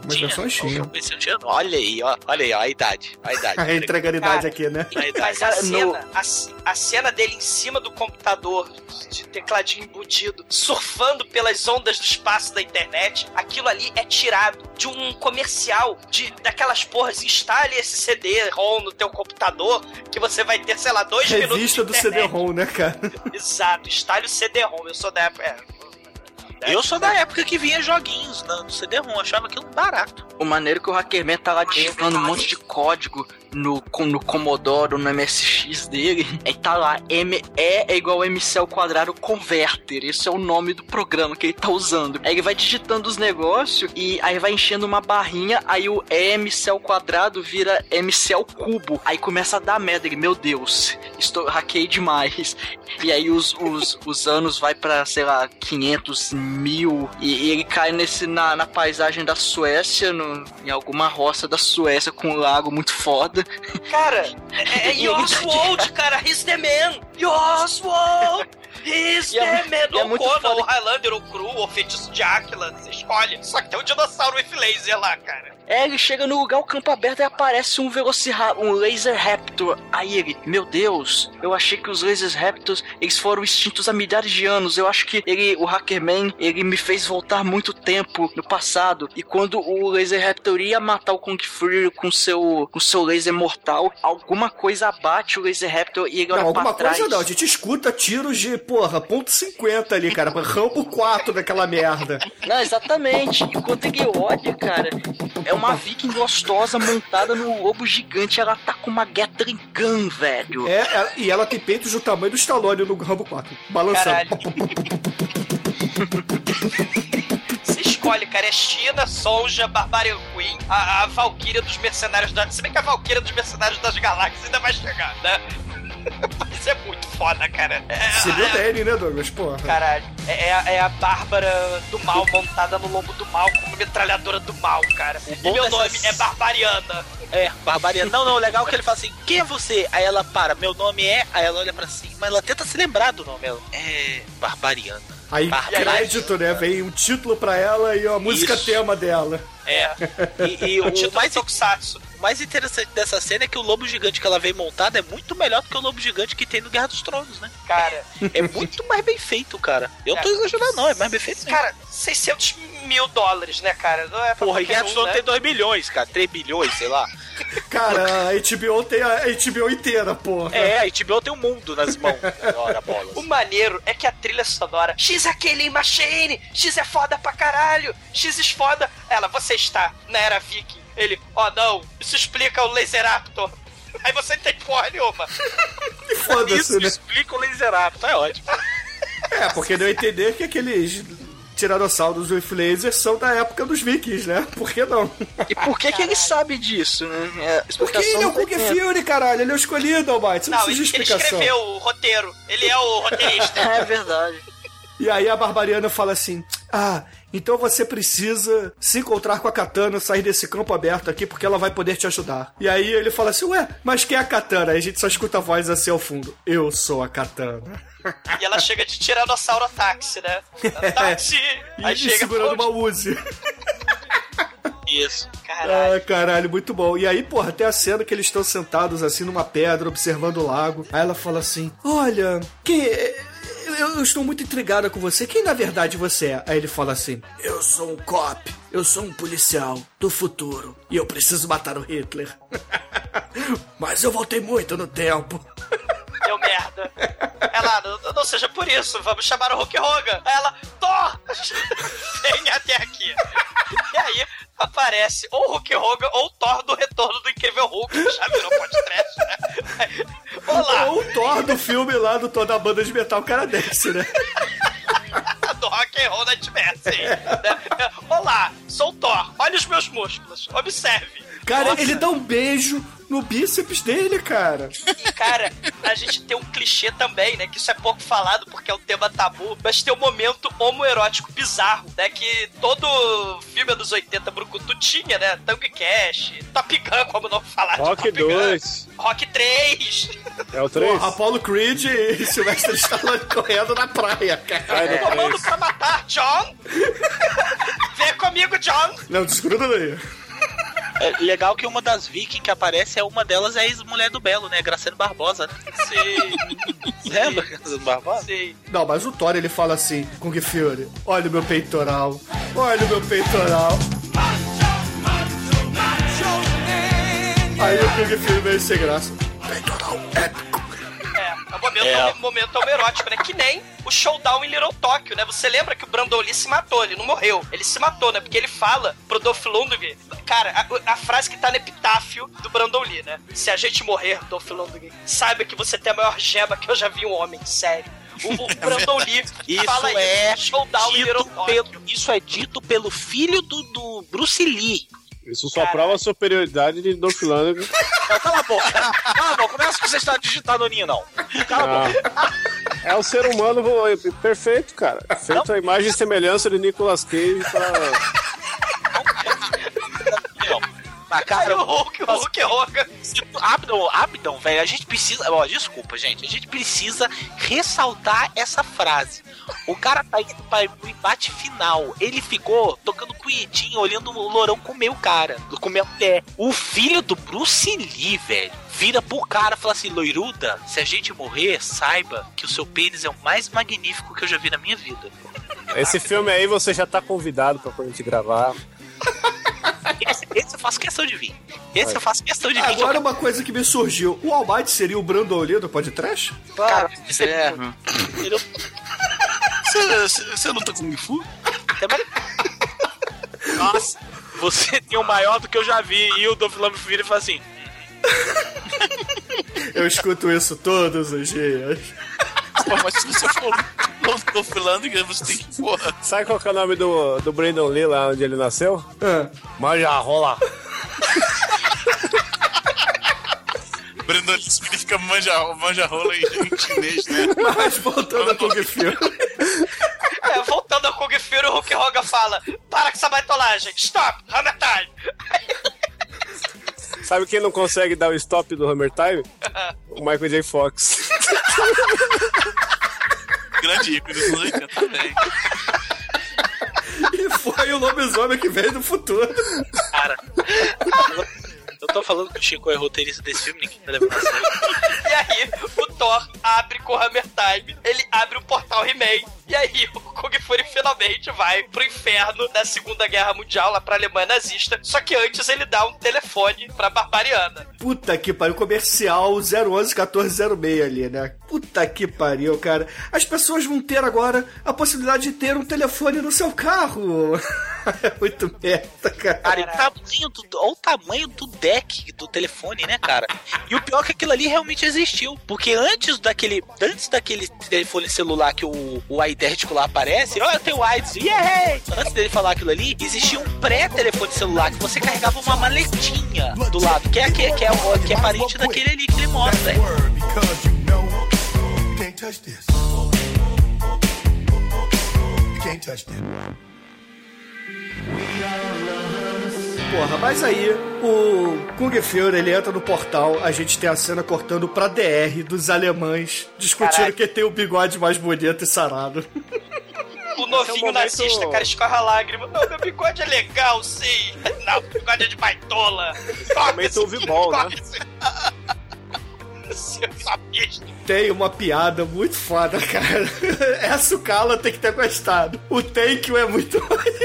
Olha aí, ó, a idade. A entregaridade aqui, né? Mas a cena dele em cima do computador, de tecladinho embutido, surfando pelas ondas do espaço da internet, aquilo ali é tirado de um comercial daquelas porras, instale esse CD-ROM no teu computador, que você vai ter, sei lá, 2 minutos de Revista do CD-ROM, né, cara? Exato, instale o CD-ROM, eu sou da época... Eu sou da época que vinha joguinhos no CD-ROM, achava aquilo barato. O maneiro que o Hackerman tá lá digitando um monte de código no Commodore, no MSX dele, aí tá lá, E é igual a MC ao quadrado converter, esse é o nome do programa que ele tá usando. Aí ele vai digitando os negócios e aí vai enchendo uma barrinha, aí o MC ao quadrado vira MC ao cubo, aí começa a dar merda, ele, meu Deus, hackei demais. E aí os anos vai pra, sei lá, 500, 1000, e ele cai na paisagem da Suécia, em alguma roça da Suécia com um lago muito foda. Cara, é Oswald, cara, he's the man! Oswald! He's E é- the man, e é ou muito Conan, foda ou Highlander, ou Cru, ou Feitiço de Áquila, você escolhe. Só que tem um dinossauro with laser lá, cara. Ele chega no lugar, o campo aberto, e aparece um um Laser Raptor. Aí ele, meu Deus, eu achei que os Laser Raptors, eles foram extintos há milhares de anos. Eu acho que o Hackerman, ele me fez voltar muito tempo no passado. E quando o Laser Raptor ia matar o Kung Fury com seu laser mortal, alguma coisa abate o Laser Raptor e ele olha pra trás. Alguma coisa não, a gente escuta tiros de, ponto .50 ali, cara, Rambo 4 daquela merda. Não, exatamente. Enquanto ele olha, cara, é uma viking gostosa montada no lobo gigante. Ela tá com uma Gatling Gun, velho. E ela tem peitos do tamanho do Stallone no Rambo 4, balançando. Caralho. Você escolhe, cara, é China, Sonja, Barbarian Queen, a Valkyria dos Mercenários da... Se bem que a Valkyria dos Mercenários das Galáxias ainda vai chegar, né? Mas é muito foda, cara. Você viu Danny, né, Douglas? Porra. Caralho, é a Bárbara do Mal montada no lombo do mal com uma metralhadora do mal, cara. E meu nome é Barbariana. É, Barbariana. Não, legal que ele fala assim, quem é você? Aí ela para, meu nome é... Aí ela olha pra cima, mas ela tenta se lembrar do nome. Ela é Barbariana. Aí, crédito, né? Vem um título pra ela e a música tema dela. É. E o título mais Tokusatsu. O mais interessante dessa cena é que o lobo gigante que ela vem montada é muito melhor do que o lobo gigante que tem no Guerra dos Tronos, né? Cara, é muito mais bem feito, cara. Eu não tô exagerando, não, é mais bem feito mesmo. Cara, $600 mil, né, cara? Não é pra porra, e Guerra dos Tronos tem 2 milhões, cara, 3 bilhões, sei lá. Cara, a HBO tem a HBO inteira, porra. É, a HBO tem o mundo nas mãos. Ora, bolas. O maneiro é que a trilha sonora, X é Killing Machine, X é foda pra caralho, X é foda. Ela, você está na era viking. Ele, não, isso explica o Laseraptor. Aí você não tem porra nenhuma. Foda-se, isso né? explica o Laseraptor, é ótimo. É, porque deu a entender que aqueles tiranossauros with laser são da época dos vikings, né? Por que não? E por que ele sabe disso, né? Porque ele é o Kung Fury, caralho. Ele é o escolhido, Almighty. Você não precisa de explicação. Ele escreveu o roteiro. Ele é o roteirista. É verdade. E aí a Barbariana fala assim, então você precisa se encontrar com a Katana, sair desse campo aberto aqui, porque ela vai poder te ajudar. E aí ele fala assim, mas quem é a Katana? Aí a gente só escuta a voz assim ao fundo. Eu sou a Katana. E ela chega de Tiranossauro Táxi, né? Táxi! Aí chega segurando uma Uzi. Isso. Caralho. Caralho, muito bom. E aí, porra, tem a cena que eles estão sentados assim numa pedra, observando o lago. Aí ela fala assim, olha, eu estou muito intrigada com você. Quem na verdade você é? Aí ele fala assim, eu sou um cop. Eu sou um policial do futuro. E eu preciso matar o Hitler. Mas eu voltei muito no tempo. Deu merda. Ela, não seja por isso, vamos chamar o Hulk Hogan. Aí ela, Thor! Vem até aqui. E aí aparece ou o Hulk Hogan ou o Thor do Retorno do Incrível Hulk, que já virou podcast, né? Olá! Ou o Thor do filme lá do Thor da banda de metal canadense, né? Do Rock and Roll Nightmare, sim. Né? Olá, sou o Thor, olha os meus músculos, observe. Cara, ele dá um beijo no bíceps dele, cara. E, cara, a gente tem um clichê também, né? Que isso é pouco falado porque é um tema tabu, mas tem um momento homoerótico bizarro, né? Que todo filme dos 80 brucutu tinha, né? Tango Cash, Top Gun, como não falar Rock de Top 2. Gun. Rock 3. É o 3? Apollo Creed e Sylvester Stallone correndo na praia, cara. Comando pra matar, John. Vem comigo, John. Não, desgruda daí. É legal que uma das vikings que aparece, uma delas é a ex-mulher do Belo, né? Graciano Barbosa, né? Sim. Lembra Graciano Barbosa? Sim. Não, mas o Thor, ele fala assim, Kung Fury, olha o meu peitoral, olha o meu peitoral. Aí o Kung Fury veio sem graça. Peitoral épico. É um momento homoerótico, né? Que nem o Showdown em Little Tokyo, né? Você lembra que o Brandon Lee se matou, ele não morreu. Ele se matou, né? Porque ele fala pro Dolph Lundgren, cara, a frase que tá no epitáfio do Brandon Lee, né? Se a gente morrer, Dolph Lundgren, saiba que você tem a maior gema que eu já vi um homem, sério. O Brandon Lee fala isso, Showdown em Little Tokyo. Isso é dito pelo filho do Bruce Lee. Isso só prova a superioridade de Dolph Lundgren. Não, cala a boca. Cala a boca. Não é isso que você está digitando o ninho, não. Cala a boca. É o ser humano perfeito, cara. Feito a imagem e semelhança de Nicolas Cage pra... Ah, cara, Aí o Hulk Hogan. Abdon, velho, a gente precisa... Ó, desculpa, gente. A gente precisa ressaltar essa frase. O cara tá indo para o embate final. Ele ficou tocando punhetinho, olhando o Lourão comer o cara. Comer a mulher. O filho do Bruce Lee, velho, vira pro cara e fala assim: loiruda, se a gente morrer, saiba que o seu pênis é o mais magnífico que eu já vi na minha vida. Esse filme aí você já tá convidado pra gente gravar. Esse eu faço questão de vir. Eu faço questão de vir. Agora uma coisa que me surgiu. O Almighty seria o Brandon Lee do podcast? Cara, Você luta com Kung Fu? Nossa, você tem o maior do que eu já vi. E o Dolph Lundgren vira e fala assim: Eu escuto isso todos os dias. Pô, mas se você for Dolph Lundgren, você tem que, porra. Sabe qual que é o nome do Brandon Lee lá onde ele nasceu? Manja rola. Brandon Lee significa manja rola em chinês, né? Mas voltando a Kung Fury. Voltando ao Kung Fury, o Hulk Hogan fala: para com essa baitolagem, stop, Hammer Time. Sabe quem não consegue dar o stop do Hammer Time? O Michael J. Fox. Grande ícone do também. E foi o lobisomem que veio do futuro. Cara, eu tô falando que o Chico é roteirista desse filme, ninguém vai levar a sério. E aí, o Thor abre com o Hammer Time, ele abre o portal He-Man, e aí o Kung Fury finalmente vai pro inferno da Segunda Guerra Mundial, lá pra Alemanha nazista, só que antes ele dá um telefone pra Barbariana. Puta que pariu, comercial 011-1406 ali, né? Puta que pariu, cara. As pessoas vão ter agora a possibilidade de ter um telefone no seu carro. É muito merda, cara. Cara, olha o tamanho do deck do telefone, né, cara? E o pior é que aquilo ali realmente existiu. Porque antes daquele telefone celular que o ID reticular aparece, eu tenho AIDS, yeah! Antes dele falar aquilo ali, existia um pré-telefone celular que você carregava uma maletinha do lado, que é parente daquele ali que ele mostra, velho. You can't touch this. You can't touch this. Porra, mas aí o Kung Fury, ele entra no portal, a gente tem a cena cortando pra DR dos alemães, discutindo quem tem o bigode mais bonito e sarado. O novinho nazista, cara, escorre a lágrima. Não, meu bigode é legal, sim. Não, o bigode é de baitola. Também tu ouve bom, né? Tem uma piada muito foda, cara. Essa o Kala tem que ter gostado. O thank you é muito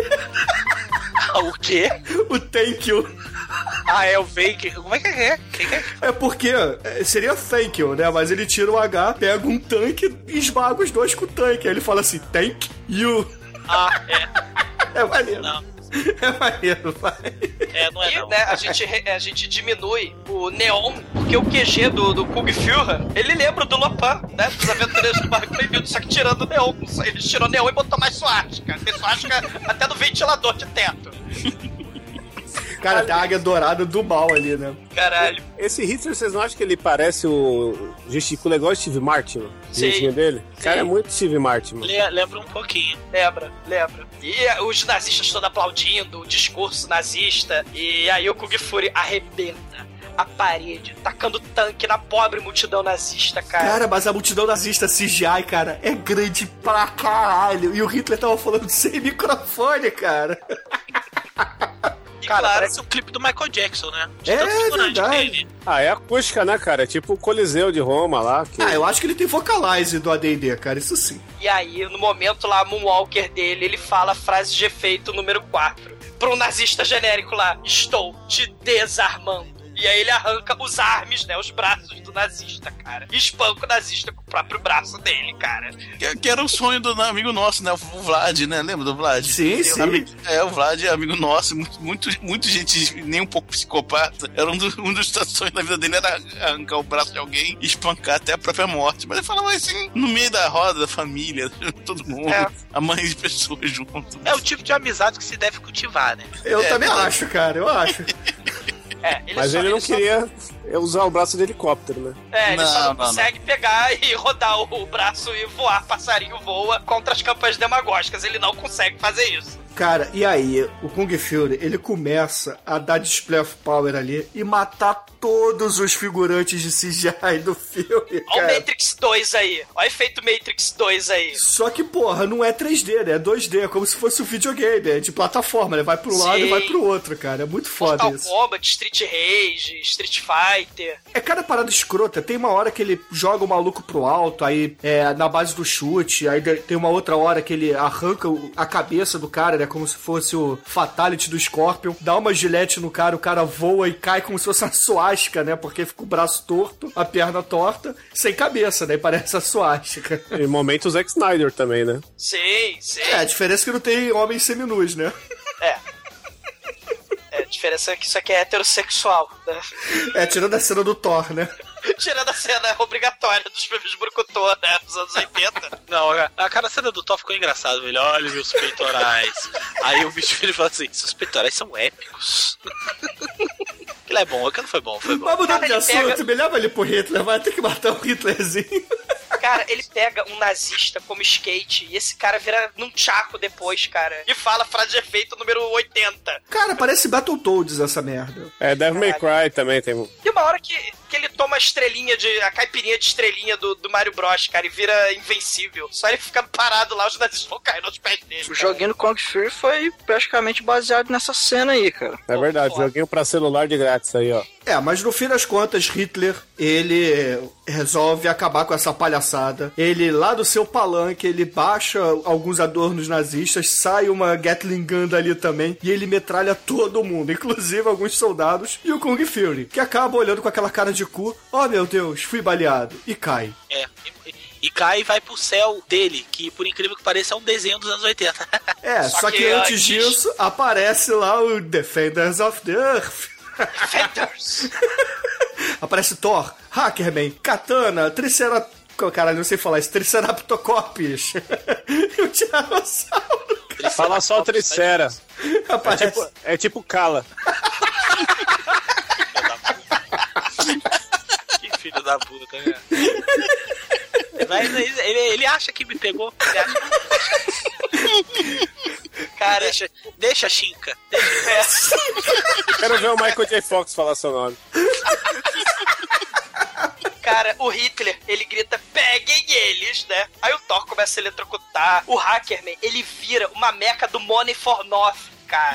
O quê? O thank you. Ah, é o fake. Como é que é? É porque seria thank you, né? Mas ele tira o H, pega um tanque e esmaga os dois com o tanque. Aí ele fala assim, thank you. Ah, é. É maneiro. Não. É maneiro, vai. Não é e, não. Né, a gente diminui o Neon, porque o QG do Kung Fury, ele lembra do Lopan, né? Dos aventureiros do Barco Proibido, só que tirando o Neon. Ele tirou o Neon e botou mais suástica. Tem suástica até no ventilador de teto. Cara, tem a águia dourada do mal ali, né? Caralho. Esse Hitler, vocês não acham que ele parece o gesticula igual o Steve Martin? O jeitinho dele? O cara é muito Steve Martin, mano. Lembra um pouquinho. Lembra. E os nazistas todos aplaudindo o discurso nazista. E aí o Kung Fury arrebenta a parede, tacando tanque na pobre multidão nazista, cara. Cara, mas a multidão nazista CGI, cara, é grande pra caralho. E o Hitler tava falando sem microfone, cara. Cara, parece um clipe do Michael Jackson, né? É verdade. É acústica, né, cara? É tipo o Coliseu de Roma lá. Que... eu acho que ele tem vocalize do AD&D, cara, isso sim. E aí, no momento lá, Moonwalker dele, ele fala a frase de efeito número 4. Pra um nazista genérico lá, estou te desarmando. E aí ele arranca os armes, né, os braços do nazista, cara. E espanca o nazista com o próprio braço dele, cara. Que era o sonho do amigo nosso, né? O Vlad, né? Lembra do Vlad? Sim, sim. O Vlad é amigo nosso, muito gente, nem um pouco psicopata. Era um dos sonhos da vida dele, era arrancar o braço de alguém e espancar até a própria morte. Mas ele falava assim, no meio da roda, da família, todo mundo, a mãe de pessoas junto. É o tipo de amizade que se deve cultivar, né? Eu também acho, cara, eu acho. Mas ele é usar o braço de helicóptero, né? Ele só não consegue pegar e rodar o braço e voar, passarinho voa contra as campanhas demagógicas. Ele não consegue fazer isso. Cara, e aí, o Kung Fury, ele começa a dar display of power ali e matar todos os figurantes de CGI do filme, cara. Olha o Matrix 2 aí. Olha o efeito Matrix 2 aí. Só que, porra, não é 3D, né? É 2D, é como se fosse um videogame, é de plataforma, né? Vai pro lado e vai pro outro, cara. É muito foda Mortal isso. Kombat, Street Rage, Street Fighter. É cada parada escrota. Tem uma hora que ele joga o maluco pro alto, aí na base do chute, aí tem uma outra hora que ele arranca a cabeça do cara, né? Como se fosse o Fatality do Scorpion. Dá uma gilete no cara, o cara voa e cai como se fosse uma suástica, né? Porque fica o braço torto, a perna torta, sem cabeça, né? E parece a suástica. E momento Zack Snyder também, né? Sim. A diferença é que não tem homens seminus, né? A diferença é que isso aqui é heterossexual, né? Tirando a cena do Thor, né? Tirando a cena obrigatória dos filmes de Brucutu, né? Dos anos 80. Não, a cena do Thor ficou engraçado, velho. Olha meus peitorais. Aí o bicho ele fala assim: seus peitorais são épicos. Aquilo é bom, aquilo foi bom. Mas mudando de assunto, me leva ali pro Hitler, vai ter que matar o Hitlerzinho. Cara, ele pega um nazista como skate e esse cara vira num tchaco depois, cara. E fala a frase de efeito número 80. Cara, parece Battletoads essa merda. Devil May Cry também tem. E uma hora que ele toma a caipirinha de estrelinha do Mario Bros, cara, e vira invencível. Só ele fica parado lá, os nazistas vão cair nos pés dele. O joguinho do Kung Fury foi praticamente baseado nessa cena aí, cara. É verdade, joguinho pra celular de grátis aí, ó. Mas no fim das contas, Hitler, ele resolve acabar com essa palhaçada. Ele, lá do seu palanque, ele baixa alguns adornos nazistas, sai uma Gatling Gun dali também, e ele metralha todo mundo, inclusive alguns soldados, e o Kung Fury, que acaba olhando com aquela cara de cu, oh meu Deus, fui baleado, e cai. E cai e vai pro céu dele, que por incrível que pareça é um desenho dos anos 80. Só que antes disso, aparece lá o Defenders of the Earth. Defenders! Aparece Thor, Hackerman, Katana, Triceratops. Caralho, não sei falar isso. Triceratops. E o Tiranossauro. Fala só Tricera. É tipo Kala. Que filho da puta, né? Mas ele acha que me pegou. Ele acha que... Cara, deixa Shinka. Quero ver o Michael J. Fox falar seu nome. Cara, o Hitler, ele grita, peguem eles, né? Aí o Thor começa a eletrocutar. O Hackerman, ele vira uma meca do Money for Nothing, cara.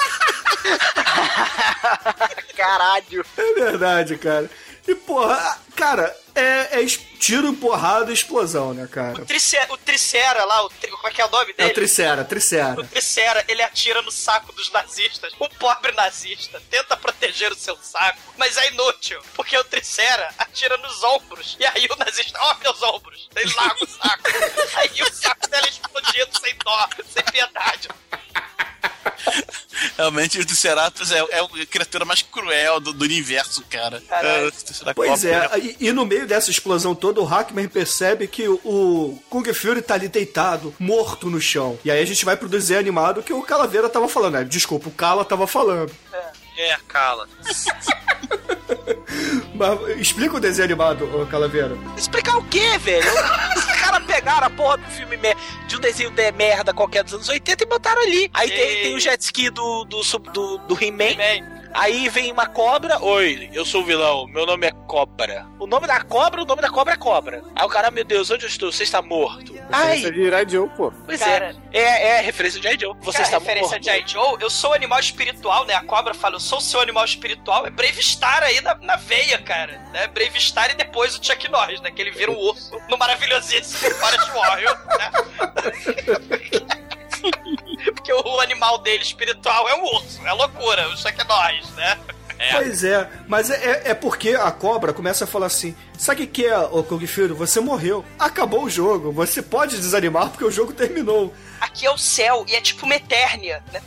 Caralho. É verdade, cara. E, porra, cara, é tiro, porrada e explosão, né, cara? O Tricera lá, como é que é o nome dele? É o Tricera. O Tricera, ele atira no saco dos nazistas. Um pobre nazista tenta proteger o seu saco, mas é inútil, porque o Tricera atira nos ombros. E aí o nazista, meus ombros. Ele larga o saco. Aí o saco dela é explodido sem dó, sem piedade. Realmente, o Triceratops é a criatura mais cruel do universo, cara. Pois é, e no meio dessa explosão toda, o Hackman percebe que o Kung Fury tá ali deitado, morto no chão. E aí a gente vai pro desenho animado que o Calaveira tava falando, né? Desculpa, o Kala tava falando. Cala. Mas explica o desenho animado, Calaveira. Explicar o quê, velho? Os caras pegaram a porra do filme de um desenho de merda qualquer dos anos 80 e botaram ali. Aí tem o jet ski do He-Man. Aí vem uma cobra. Oi, eu sou o vilão, meu nome é Cobra. O nome da cobra é Cobra. Aí o cara, meu Deus, onde eu estou? Você está morto. Referência de G.I. Joe, pô. Pois cara, é referência de G.I. Joe. Você está morto. Referência de G.I. Joe, eu sou o animal espiritual, né? A cobra fala, eu sou o seu animal espiritual. É Brave Star aí na veia, cara. Né? Brave Star e depois o Chuck Norris, né? Que ele vira um urso no maravilhosíssimo Forest Warrior, né? Porque o animal dele espiritual é um urso, é loucura, o Chuck Norris, né? Pois é, mas é porque a cobra começa a falar assim, sabe o que é, ô Kung Fury? Você morreu, acabou o jogo, você pode desanimar porque o jogo terminou. Aqui é o céu, e é tipo uma Eternia, né?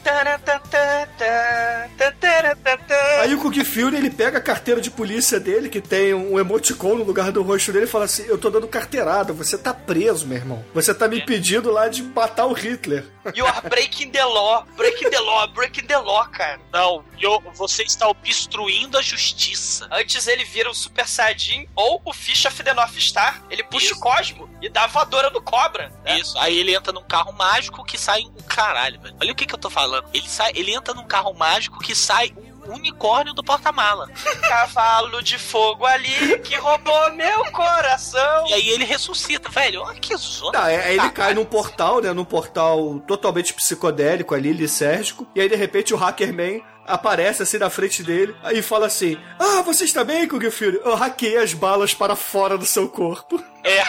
Aí o Kung Fury, ele pega a carteira de polícia dele, que tem um emoticon no lugar do rosto dele, e fala assim, eu tô dando carteirada, você tá preso, meu irmão. Você tá me pedindo lá de matar o Hitler. You are breaking the law, breaking the law, breaking the law, cara. Não, você está destruindo a justiça. Antes ele vira o Super Saiyajin ou o Fish of the North Star. Ele puxa o Cosmo e dá a voadora do Cobra. Né? Isso. Aí ele entra num carro mágico que sai um caralho, velho. Olha o que eu tô falando. Ele entra num carro mágico que sai um unicórnio do porta-mala. Cavalo de fogo ali que roubou meu coração. E aí ele ressuscita, velho. Olha que zona. Aí ele cai num portal, né? Num portal totalmente psicodélico ali, lisérgico. E aí, de repente, o Hackerman aparece assim na frente dele e fala assim: ah, você está bem, Kung Fury? Eu hackei as balas para fora do seu corpo. É.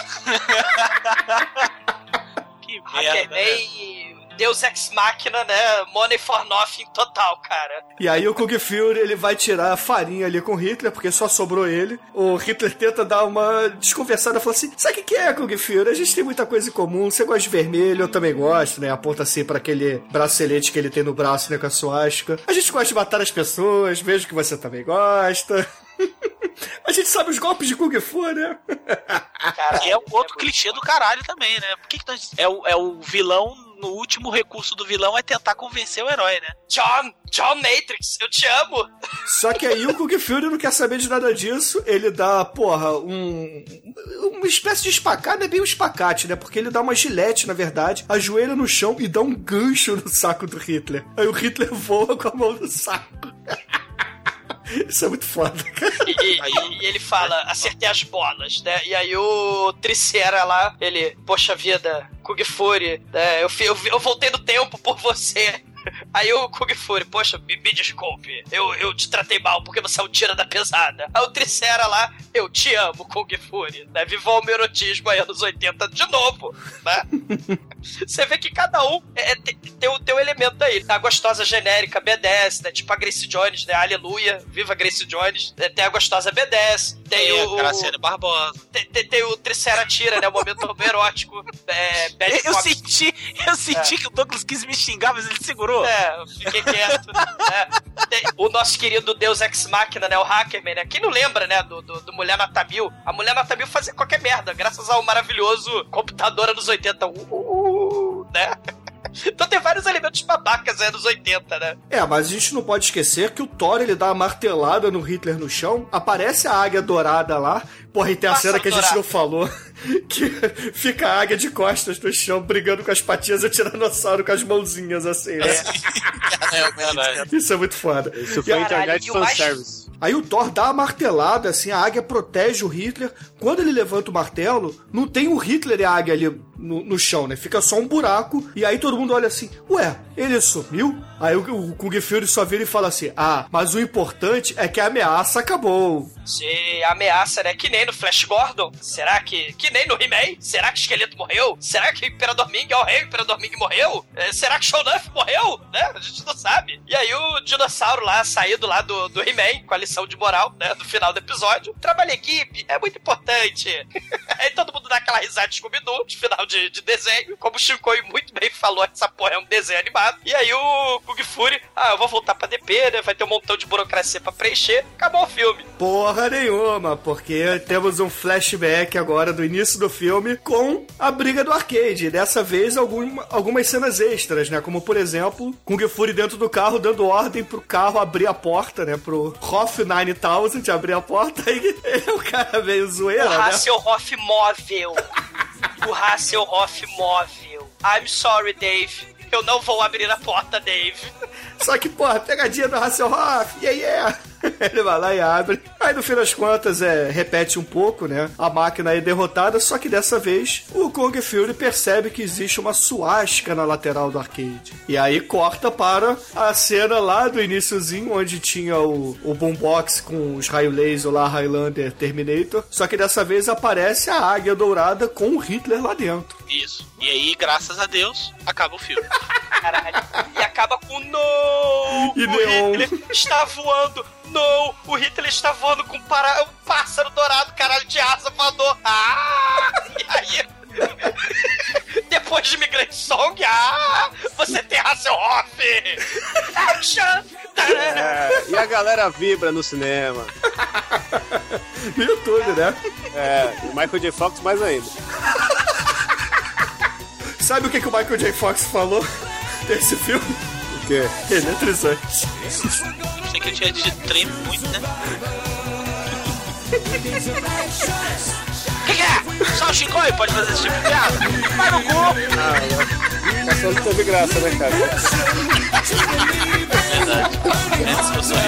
Que merda, né? Deus Ex Machina, né? Money for nothing total, cara. E aí o Kung Fury, ele vai tirar a farinha ali com o Hitler, porque só sobrou ele. O Hitler tenta dar uma desconversada, fala assim: sabe o que é, Kung Fury? A gente tem muita coisa em comum, você gosta de vermelho, eu também gosto, né? Aponta assim pra aquele bracelete que ele tem no braço, né, com a suástica. A gente gosta de matar as pessoas, vejo que você também gosta. A gente sabe os golpes de Kung Fu, né? Caralho, e é um outro clichê do caralho também, né? Por que nós... é o vilão, no último recurso do vilão é tentar convencer o herói, né? John Matrix, eu te amo! Só que aí o Kung Fury não quer saber de nada disso. Ele dá, porra, uma espécie de espacate, não é bem um espacate, né? Porque ele dá uma gilete, na verdade, ajoelha no chão e dá um gancho no saco do Hitler. Aí o Hitler voa com a mão no saco. Isso é muito foda, cara. E ele fala: acertei as bolas, né? E aí o Tricera lá, ele: poxa vida, Kung Fury, né? Eu voltei no tempo por você. Aí o Kung Fury: poxa, me desculpe, eu te tratei mal porque você é um tira da pesada. Aí o Tricera lá: eu te amo, Kung Fury, né? Viva o homerotismo aí anos 80 de novo, né? Você vê que cada um tem um elemento aí. A gostosa genérica B10, né? Tipo a Grace Jones, né? Aleluia, viva Grace Jones. Tem a gostosa B10. Tem o Graciane Barbosa. Tem o Triceratira, né? O momento homerótico. Eu senti que o Douglas quis me xingar, mas ele segurou. Fiquei quieto. Tem o nosso querido Deus Ex Machina, né? O Hackerman, né? Quem não lembra, né? Do Mulher Nota 1000? A Mulher Nota 1000 fazia qualquer merda, graças ao maravilhoso computador anos 80. Né? Então tem vários elementos babacas anos 80, né? Mas a gente não pode esquecer que o Thor, ele dá uma martelada no Hitler no chão, aparece a águia dourada lá, porra, e tem a cena que a gente não falou, que fica a águia de costas no chão, brigando com as patinhas e o tiranossauro com as mãozinhas, assim, né? Isso é muito foda. Isso foi internet fanservice. Aí o Thor dá a martelada, assim, a águia protege o Hitler. Quando ele levanta o martelo, não tem o Hitler e a águia ali no chão, né? Fica só um buraco. E aí todo mundo olha assim: ué, ele sumiu? Aí o Kung Fury só vira e fala assim: ah, mas o importante é que a ameaça acabou. Se a ameaça, né? Que nem no Flash Gordon. Será que nem no He-Man? Será que o Esqueleto morreu? Será que o Imperador Ming é o rei? O Imperador Ming morreu? Será que o Shonuff morreu? Né? A gente não sabe. E aí o dinossauro lá, saído lá do He-Man, com a lição de moral, né? Do final do episódio. Trabalho em equipe, é muito importante. Aí todo mundo dá aquela risada de Scooby-Doo, de final de desenho. Como o Shinkoi muito bem falou, essa porra é um desenho animado. E aí o Kung Fury: eu vou voltar pra DP, né? Vai ter um montão de burocracia pra preencher. Acabou o filme. Porra nenhuma, porque temos um flashback agora do início do filme com a briga do arcade. Dessa vez, algumas cenas extras, né? Como, por exemplo, Kung Fury dentro do carro dando ordem pro carro abrir a porta, né? Pro Hoff 9000 abrir a porta. Aí ele é um cara meio zoeira, né? O Hasselhoff móvel. O Hasselhoff móvel. I'm sorry, Dave. Eu não vou abrir a porta, Dave. Só que, porra, pegadinha do Hasselhoff, yeah. Ele vai lá e abre. Aí, no fim das contas, repete um pouco, né? A máquina é derrotada, só que dessa vez o Kung Fury percebe que existe uma suástica na lateral do arcade. E aí corta para a cena lá do iniciozinho, onde tinha o boombox com os raio laser lá, Highlander, Terminator. Só que dessa vez aparece a águia dourada com o Hitler lá dentro. Isso. E aí, graças a Deus, acaba o filme. Caralho. E acaba com no. E o Hitler está voando. Não, o Hitler está voando com um pássaro dourado, caralho, de asa voador. E aí, depois de Migrante Song, você tem Hasselhoff. Action! E a galera vibra no cinema. No YouTube, né? E o Michael J. Fox mais ainda. Sabe o que o Michael J. Fox falou desse filme? O quê? Eletrizante. Tem que ele tinha de treme muito, né? Que é? Só o Shinkoi pode fazer esse tipo de piada? Vai no cu! Essa não teve graça, né, cara? Verdade. Menos que eu sou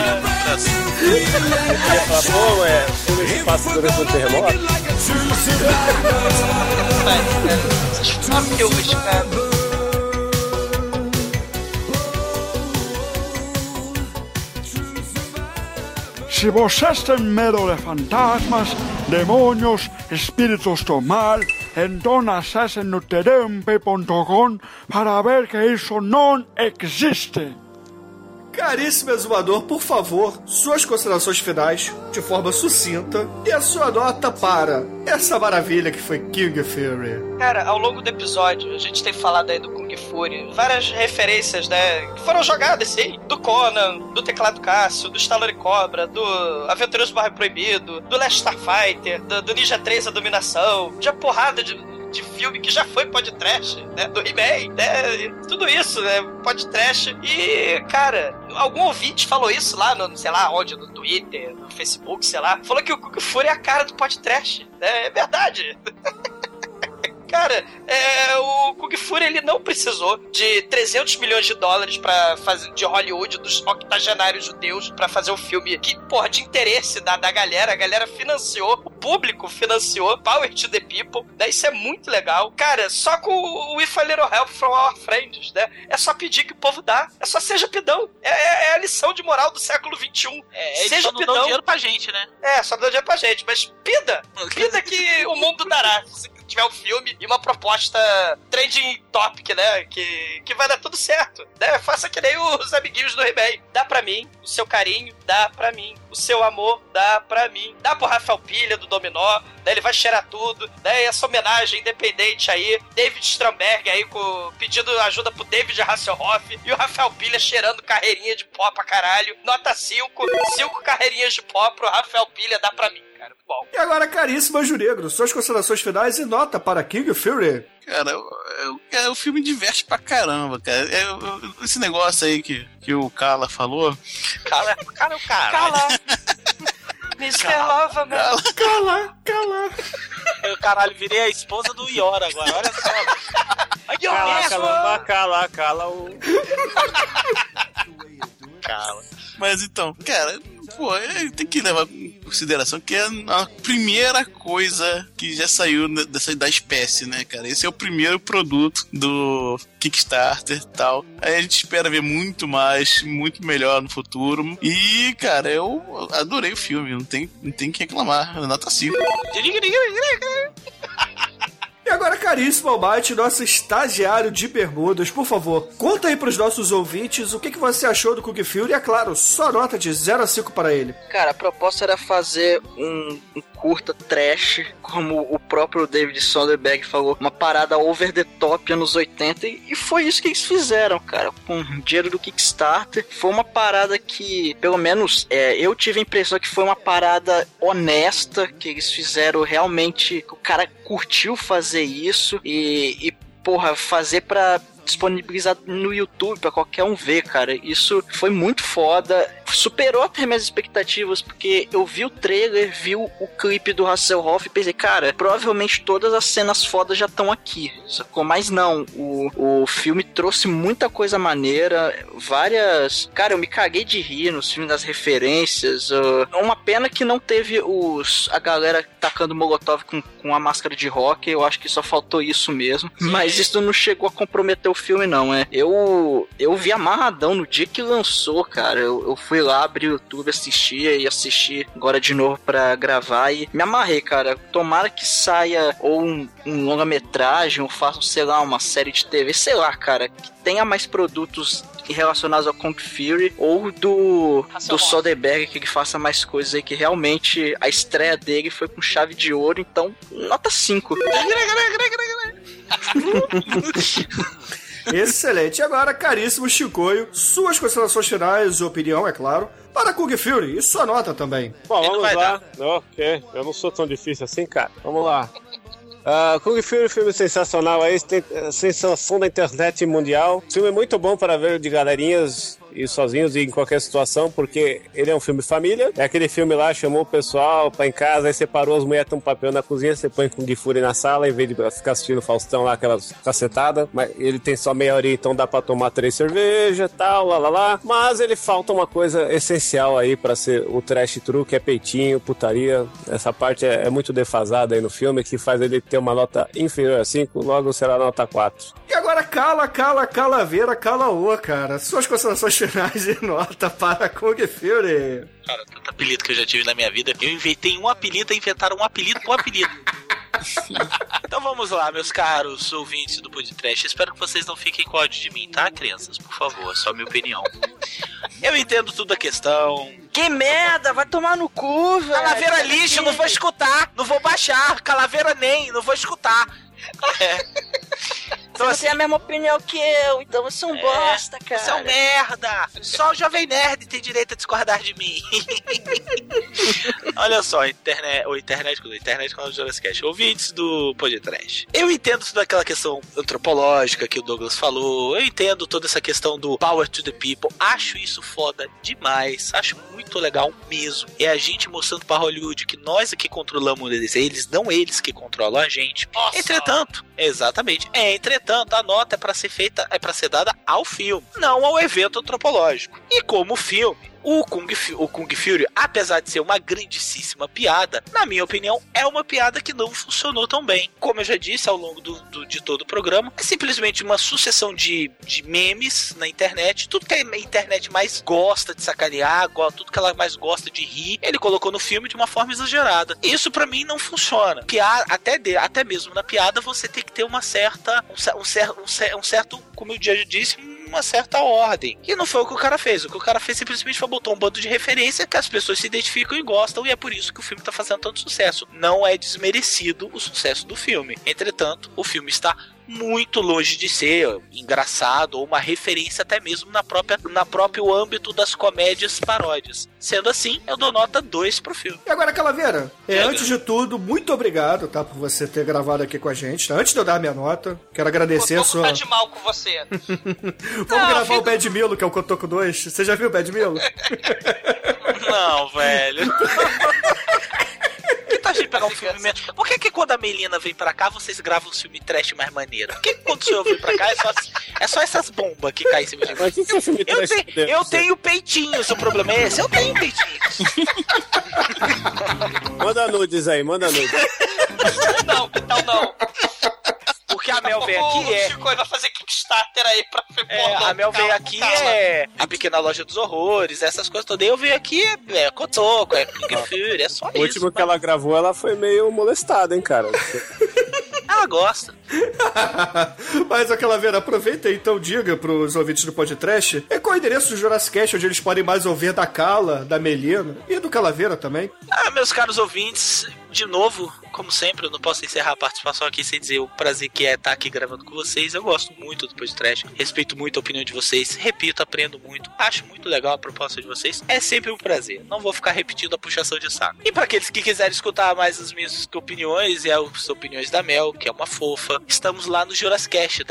Eu ia falar, pô, filme que passa durante um terremoto. Essas filmes, cara. Se vocês têm medo de fantasmas, demônios, espíritos do mal, então acessem no tdmp.com para ver que isso não existe. Caríssimo exumador, por favor, suas considerações finais, de forma sucinta, e a sua nota para essa maravilha que foi King Fury. Cara, ao longo do episódio, a gente tem falado aí do Kung Fury, várias referências, né, que foram jogadas, sim, do Conan, do Teclado Cássio, do Stallone Cobra, do Aventureiros do Bairro Proibido, do Last Starfighter, do Ninja 3 A Dominação, de uma porrada de filme que já foi podcast, né, do He-Man, né, tudo isso, né, podcast. E, cara, algum ouvinte falou isso lá no, sei lá onde, no Twitter, no Facebook, sei lá, falou que o Kung Fury é a cara do podcast, né, é verdade. Cara, o Kung Fury, ele não precisou de 300 milhões de dólares pra fazer, de Hollywood, dos octogenários judeus, pra fazer um filme que, porra, de interesse da galera. A galera financiou, o público financiou, Power to the People, né? Isso é muito legal. Cara, só com o If a Little Help from Our Friends, né? É só pedir que o povo dá. É só seja pidão. É a lição de moral do século XXI. Eles só não dão dinheiro pra gente, né? Só dão dinheiro pra gente, mas pida que o mundo dará. Se tiver um filme e uma proposta trending topic, né? Que vai dar tudo certo, né? Faça que nem os amiguinhos do He-Man. Dá pra mim o seu carinho, dá pra mim o seu amor, dá pra mim. Dá pro Rafael Pilha do Dominó, né? Ele vai cheirar tudo, né? E essa homenagem independente aí, David Stramberg aí pedindo ajuda pro David Hasselhoff e o Rafael Pilha cheirando carreirinha de pó pra caralho. Nota 5 carreirinhas de pó pro Rafael Pilha, dá pra mim. Bom. E agora, caríssima Juregro, suas considerações finais e nota para King Fury. Cara, o filme diverte pra caramba, cara. Esse negócio aí que o Kala falou. Kala é o cara. Mr. Lova, mano. Cala. Eu, caralho, virei a esposa do Iora agora, olha só. Aqui, ó, Cala o... Cala. Mas então, cara, pô, tem que levar em consideração que é a primeira coisa que já saiu da espécie, né, cara? Esse é o primeiro produto do Kickstarter e tal. Aí a gente espera ver muito mais, muito melhor no futuro. E, cara, eu adorei o filme, não tem que reclamar. Nota 5. E agora, caríssimo Almighty, nosso estagiário de bermudas, por favor, conta aí pros nossos ouvintes o que você achou do Kung Fury e, é claro, só nota de 0 a 5 para ele. Cara, a proposta era fazer um curta trash, como o próprio David Soderbergh falou, uma parada over the top anos 80, e foi isso que eles fizeram, cara, com o dinheiro do Kickstarter. Foi uma parada que, pelo menos, eu tive a impressão que foi uma parada honesta, que eles fizeram realmente, que o cara curtiu fazer isso e porra, fazer pra disponibilizar no YouTube pra qualquer um ver, cara. Isso foi muito foda. Superou até minhas expectativas, porque eu vi o trailer, vi o clipe do Hasselhoff e pensei, cara, provavelmente todas as cenas fodas já estão aqui, sacou? Mas não, o filme trouxe muita coisa maneira, várias... Cara, eu me caguei de rir nos filmes das referências. Uma pena que não teve a galera tacando molotov com a máscara de rock, eu acho que só faltou isso mesmo. Mas isso não chegou a comprometer o filme, não, Eu vi amarradão no dia que lançou, cara. Eu fui lá, abri o YouTube, assisti agora de novo pra gravar e me amarrei, cara. Tomara que saia ou um longa-metragem, ou façam, sei lá, uma série de TV, sei lá, cara, que tenha mais produtos relacionados ao Kung Fury, ou do Soderbergh, que ele faça mais coisas aí, que realmente a estreia dele foi com chave de ouro, então nota 5. Excelente. E agora, caríssimo Chicoio, suas considerações finais e opinião, é claro, para Kung Fury e sua nota também. Bom, vamos lá. Ok, eu não sou tão difícil assim, cara. Vamos lá. Kung Fury, filme sensacional aí, sensação da internet mundial. Filme muito bom para ver de galerinhas ir sozinhos em qualquer situação, porque ele é um filme família. É aquele filme lá, chamou o pessoal pra em casa, aí separou as mulheres, tem um papel na cozinha, você põe Kung Fury na sala, em vez de ficar assistindo o Faustão lá, aquelas cacetadas. Mas ele tem só meia hora, então dá pra tomar 3 cervejas, tal, lá. Mas ele falta uma coisa essencial aí pra ser o trash true, que é peitinho, putaria. Essa parte é muito defasada aí no filme, que faz ele ter uma nota inferior a 5, logo será nota 4. E agora Calaveira, Calaô, cara. Suas considerações finais de nota para Kung Fury. Cara, tanto apelido que eu já tive na minha vida. Eu inventei um apelido e inventaram um apelido pro apelido. Então vamos lá, meus caros ouvintes do podcast. Espero que vocês não fiquem com ódio de mim, tá, crianças? Por favor, só minha opinião. Eu entendo tudo a questão. Que merda, vai tomar no cu, velho. Calaveira lixo, não vou escutar. Não vou baixar. Calaveira nem, não vou escutar. Então, você tem a mesma opinião que eu, então você é um bosta, cara. Você é um merda. Só o jovem nerd tem direito a discordar de mim. Olha só, internet com o Jurassic, ouvintes do podcast. Eu entendo toda aquela questão antropológica que o Douglas falou. Eu entendo toda essa questão do power to the people. Acho isso foda demais. Acho muito legal mesmo. É a gente mostrando pra Hollywood que nós aqui controlamos eles, não eles que controlam a gente. Nossa. Entretanto, exatamente. Entretanto, a nota é pra ser dada ao filme, não ao evento antropológico. E como filme, o Kung Fury, apesar de ser uma grandíssima piada, na minha opinião, é uma piada que não funcionou tão bem. Como eu já disse ao longo de todo o programa, é simplesmente uma sucessão de memes na internet. Tudo que a internet mais gosta de sacanear, tudo que ela mais gosta de rir, ele colocou no filme de uma forma exagerada. Isso pra mim não funciona. Até mesmo na piada você tem que ter um certo, como eu já disse, uma certa ordem. E não foi o que o cara fez. O que o cara fez simplesmente foi botar um bando de referência que as pessoas se identificam e gostam, e é por isso que o filme tá fazendo tanto sucesso. Não é desmerecido o sucesso do filme. Entretanto, o filme está muito longe de ser engraçado ou uma referência até mesmo na próprio âmbito das comédias paródias. Sendo assim, eu dou nota 2 pro filme. E agora, Calaveira, antes de tudo, muito obrigado, tá, por você ter gravado aqui com a gente, tá? Antes de eu dar minha nota, quero agradecer a sua... Tá de mal com você. Vamos gravar o Bad Milo, que é o Cotoco 2. Você já viu o Bad Milo? Não, velho. A gente pegar um filme mesmo. Por que quando a Melina vem pra cá, vocês gravam um filme trash mais maneiro? Por que quando o senhor vem pra cá, é só essas bombas que caem em cima de mim? Eu tenho peitinhos, o problema é esse. Eu tenho peitinhos. Manda nudes aí, manda nudes. Não. Porque a Mel vem aqui o Chico vai fazer Kickstarter aí pra a Mel vem aqui a Pequena Loja dos Horrores, essas coisas todas. Eu venho aqui é Cotoco, é Kung Fury, é só isso. O último que ela gravou, ela foi meio molestada, hein, cara? Ela gosta. Mas, Calaveira, aproveita aí, então, diga pros ouvintes do podcast qual é o endereço do Jurassic Cast, onde eles podem mais ouvir da Cala, da Melina e do Calaveira também. Meus caros ouvintes, de novo, como sempre, eu não posso encerrar a participação aqui sem dizer o prazer que é estar aqui gravando com vocês. Eu gosto muito do podcast, respeito muito a opinião de vocês, repito, aprendo muito, acho muito legal a proposta de vocês. É sempre um prazer, não vou ficar repetindo a puxação de saco. E para aqueles que quiserem escutar mais as minhas opiniões e as opiniões da Mel, que é uma fofa, estamos lá no Jurassicast,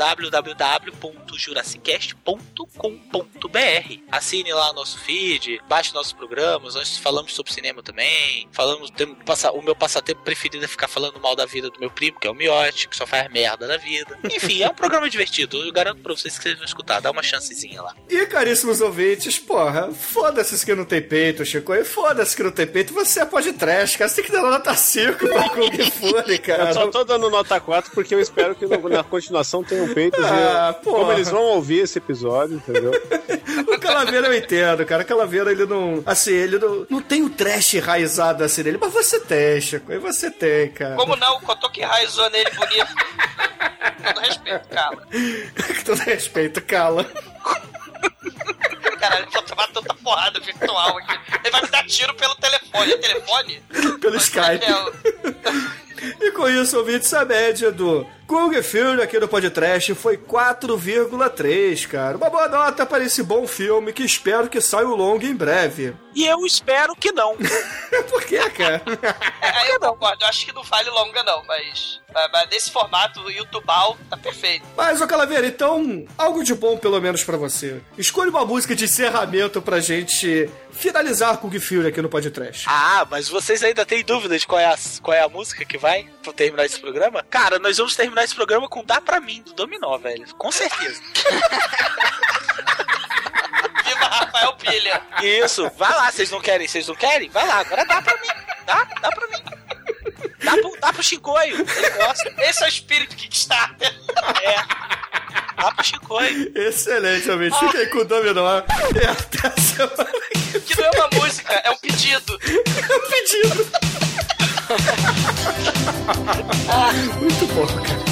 www.jurassicast.com.br. Assine lá nosso feed, baixe nossos programas, nós falamos sobre cinema também, o meu passatempo preferido é ficar falando mal da vida do meu primo, que é o Miotti, que só faz merda na vida. Enfim, é um programa divertido, eu garanto pra vocês que vocês vão escutar, dá uma chancezinha lá. E, caríssimos ouvintes, porra, foda-se que não tem peito, Chico, e foda-se que não tem peito, você é podcast, cara, você tem que dar nota 5 pra Kung Fury, cara. Eu só tô dando nota 4 porque eu espero que na continuação tenham peitos. Como eles vão ouvir esse episódio, entendeu? O Calaveira eu entendo, cara. O Calaveira, ele não... Assim, ele não tem o trash enraizado assim nele, mas você tem, Chico. E você tem, cara. Como não? O Cotoco enraizou nele bonito. Com todo respeito, cala. Com todo respeito, cala. Caralho, vou tomar tanta porrada virtual aqui. Ele vai me dar tiro pelo telefone. É telefone? Pelo Skype. E com isso, ouvintes, a média do Kung Fury aqui no podcast foi 4,3, cara. Uma boa nota para esse bom filme que espero que saia o longo em breve. E eu espero que não. Por quê, cara? Eu concordo, eu acho que não vale longa não, mas nesse formato, o YouTubeal tá perfeito. Mas, ô Calaveira, então, algo de bom pelo menos pra você. Escolha uma música de encerramento pra gente finalizar Kung Fury aqui no podcast. Ah, mas vocês ainda têm dúvida de qual é a música que vai pra terminar esse programa? Cara, nós vamos terminar esse programa com Dá Pra Mim, do Dominó, velho. Com certeza. Viva Rafael Pilha. Isso, vai lá, vocês não querem? Vai lá, agora dá pra mim. Dá pra mim. Dá pro Chicoio, ele gosta. Esse é o espírito Kickstarter. Dá pro Chicoio. Excelente, amigo. Fica aí com o Dominó. E até a semana que não é uma música, é um pedido. É um pedido. Muito bom, cara.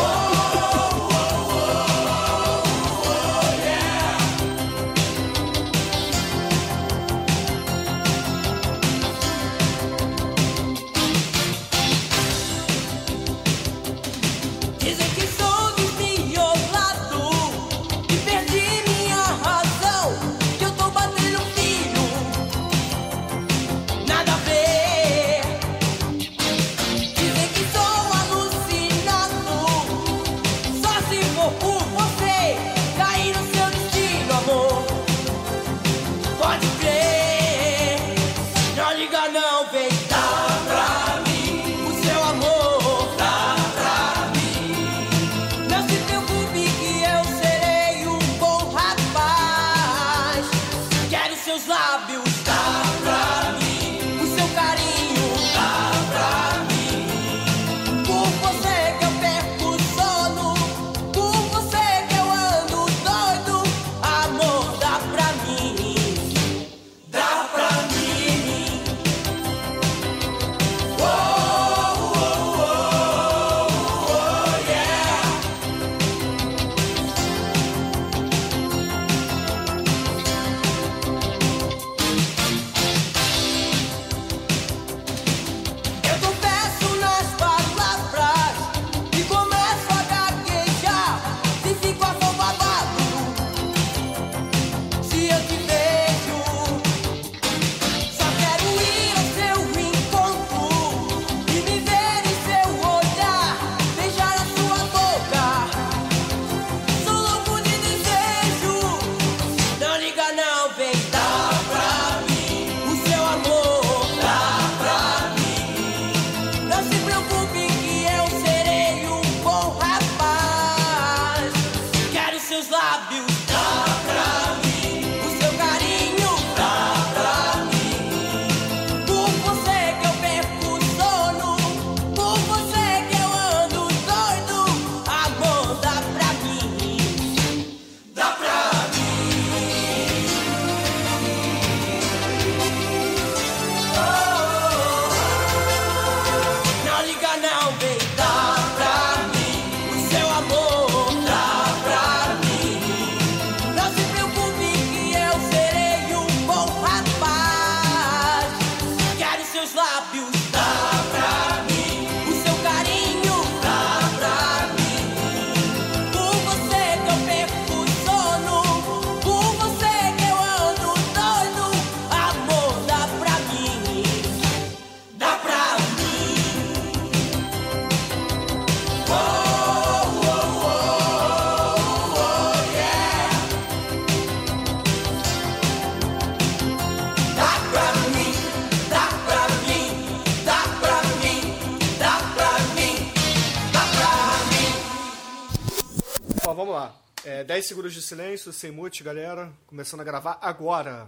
Vamos lá. 10 segundos de silêncio, sem mute, galera. Começando a gravar agora.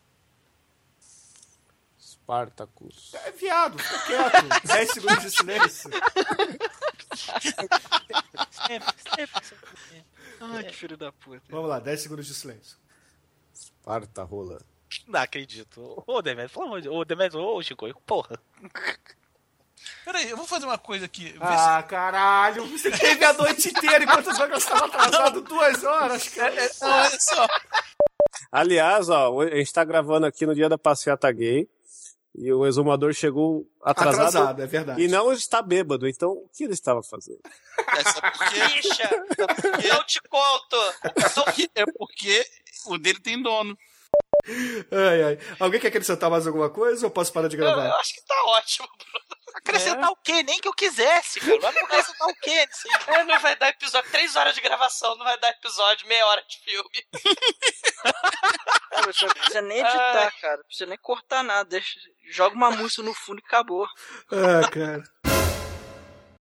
Spartacus. Viado, fica quieto. 10 segundos de silêncio. Ai, que filho da puta. Vamos lá, 10 segundos de silêncio. Sparta rola. Não acredito. Ô, Demetrio, pelo amor de Deus. Ô, Demetrio, ô, Chico, porra. Peraí, eu vou fazer uma coisa aqui. Caralho, você teve a noite inteira enquanto o Douglas estava atrasado 2 horas, cara. Olha só. Aliás, ó, a gente tá gravando aqui no dia da passeata gay. E o exumador chegou atrasado É verdade. e não está bêbado. Então, o que ele estava fazendo? Bicha, não te conto. É porque o dele tem dono. Ai. Alguém quer acrescentar mais alguma coisa ou posso parar de gravar? Eu acho que tá ótimo, Bruno. Acrescentar o quê? Nem que eu quisesse, cara. Vai acrescentar o quê nisso aí? Não vai dar episódio, 3 horas de gravação, não vai dar episódio, meia hora de filme. Você não precisa nem editar, cara. Não precisa nem cortar nada. Joga uma música no fundo e acabou. Ah, cara.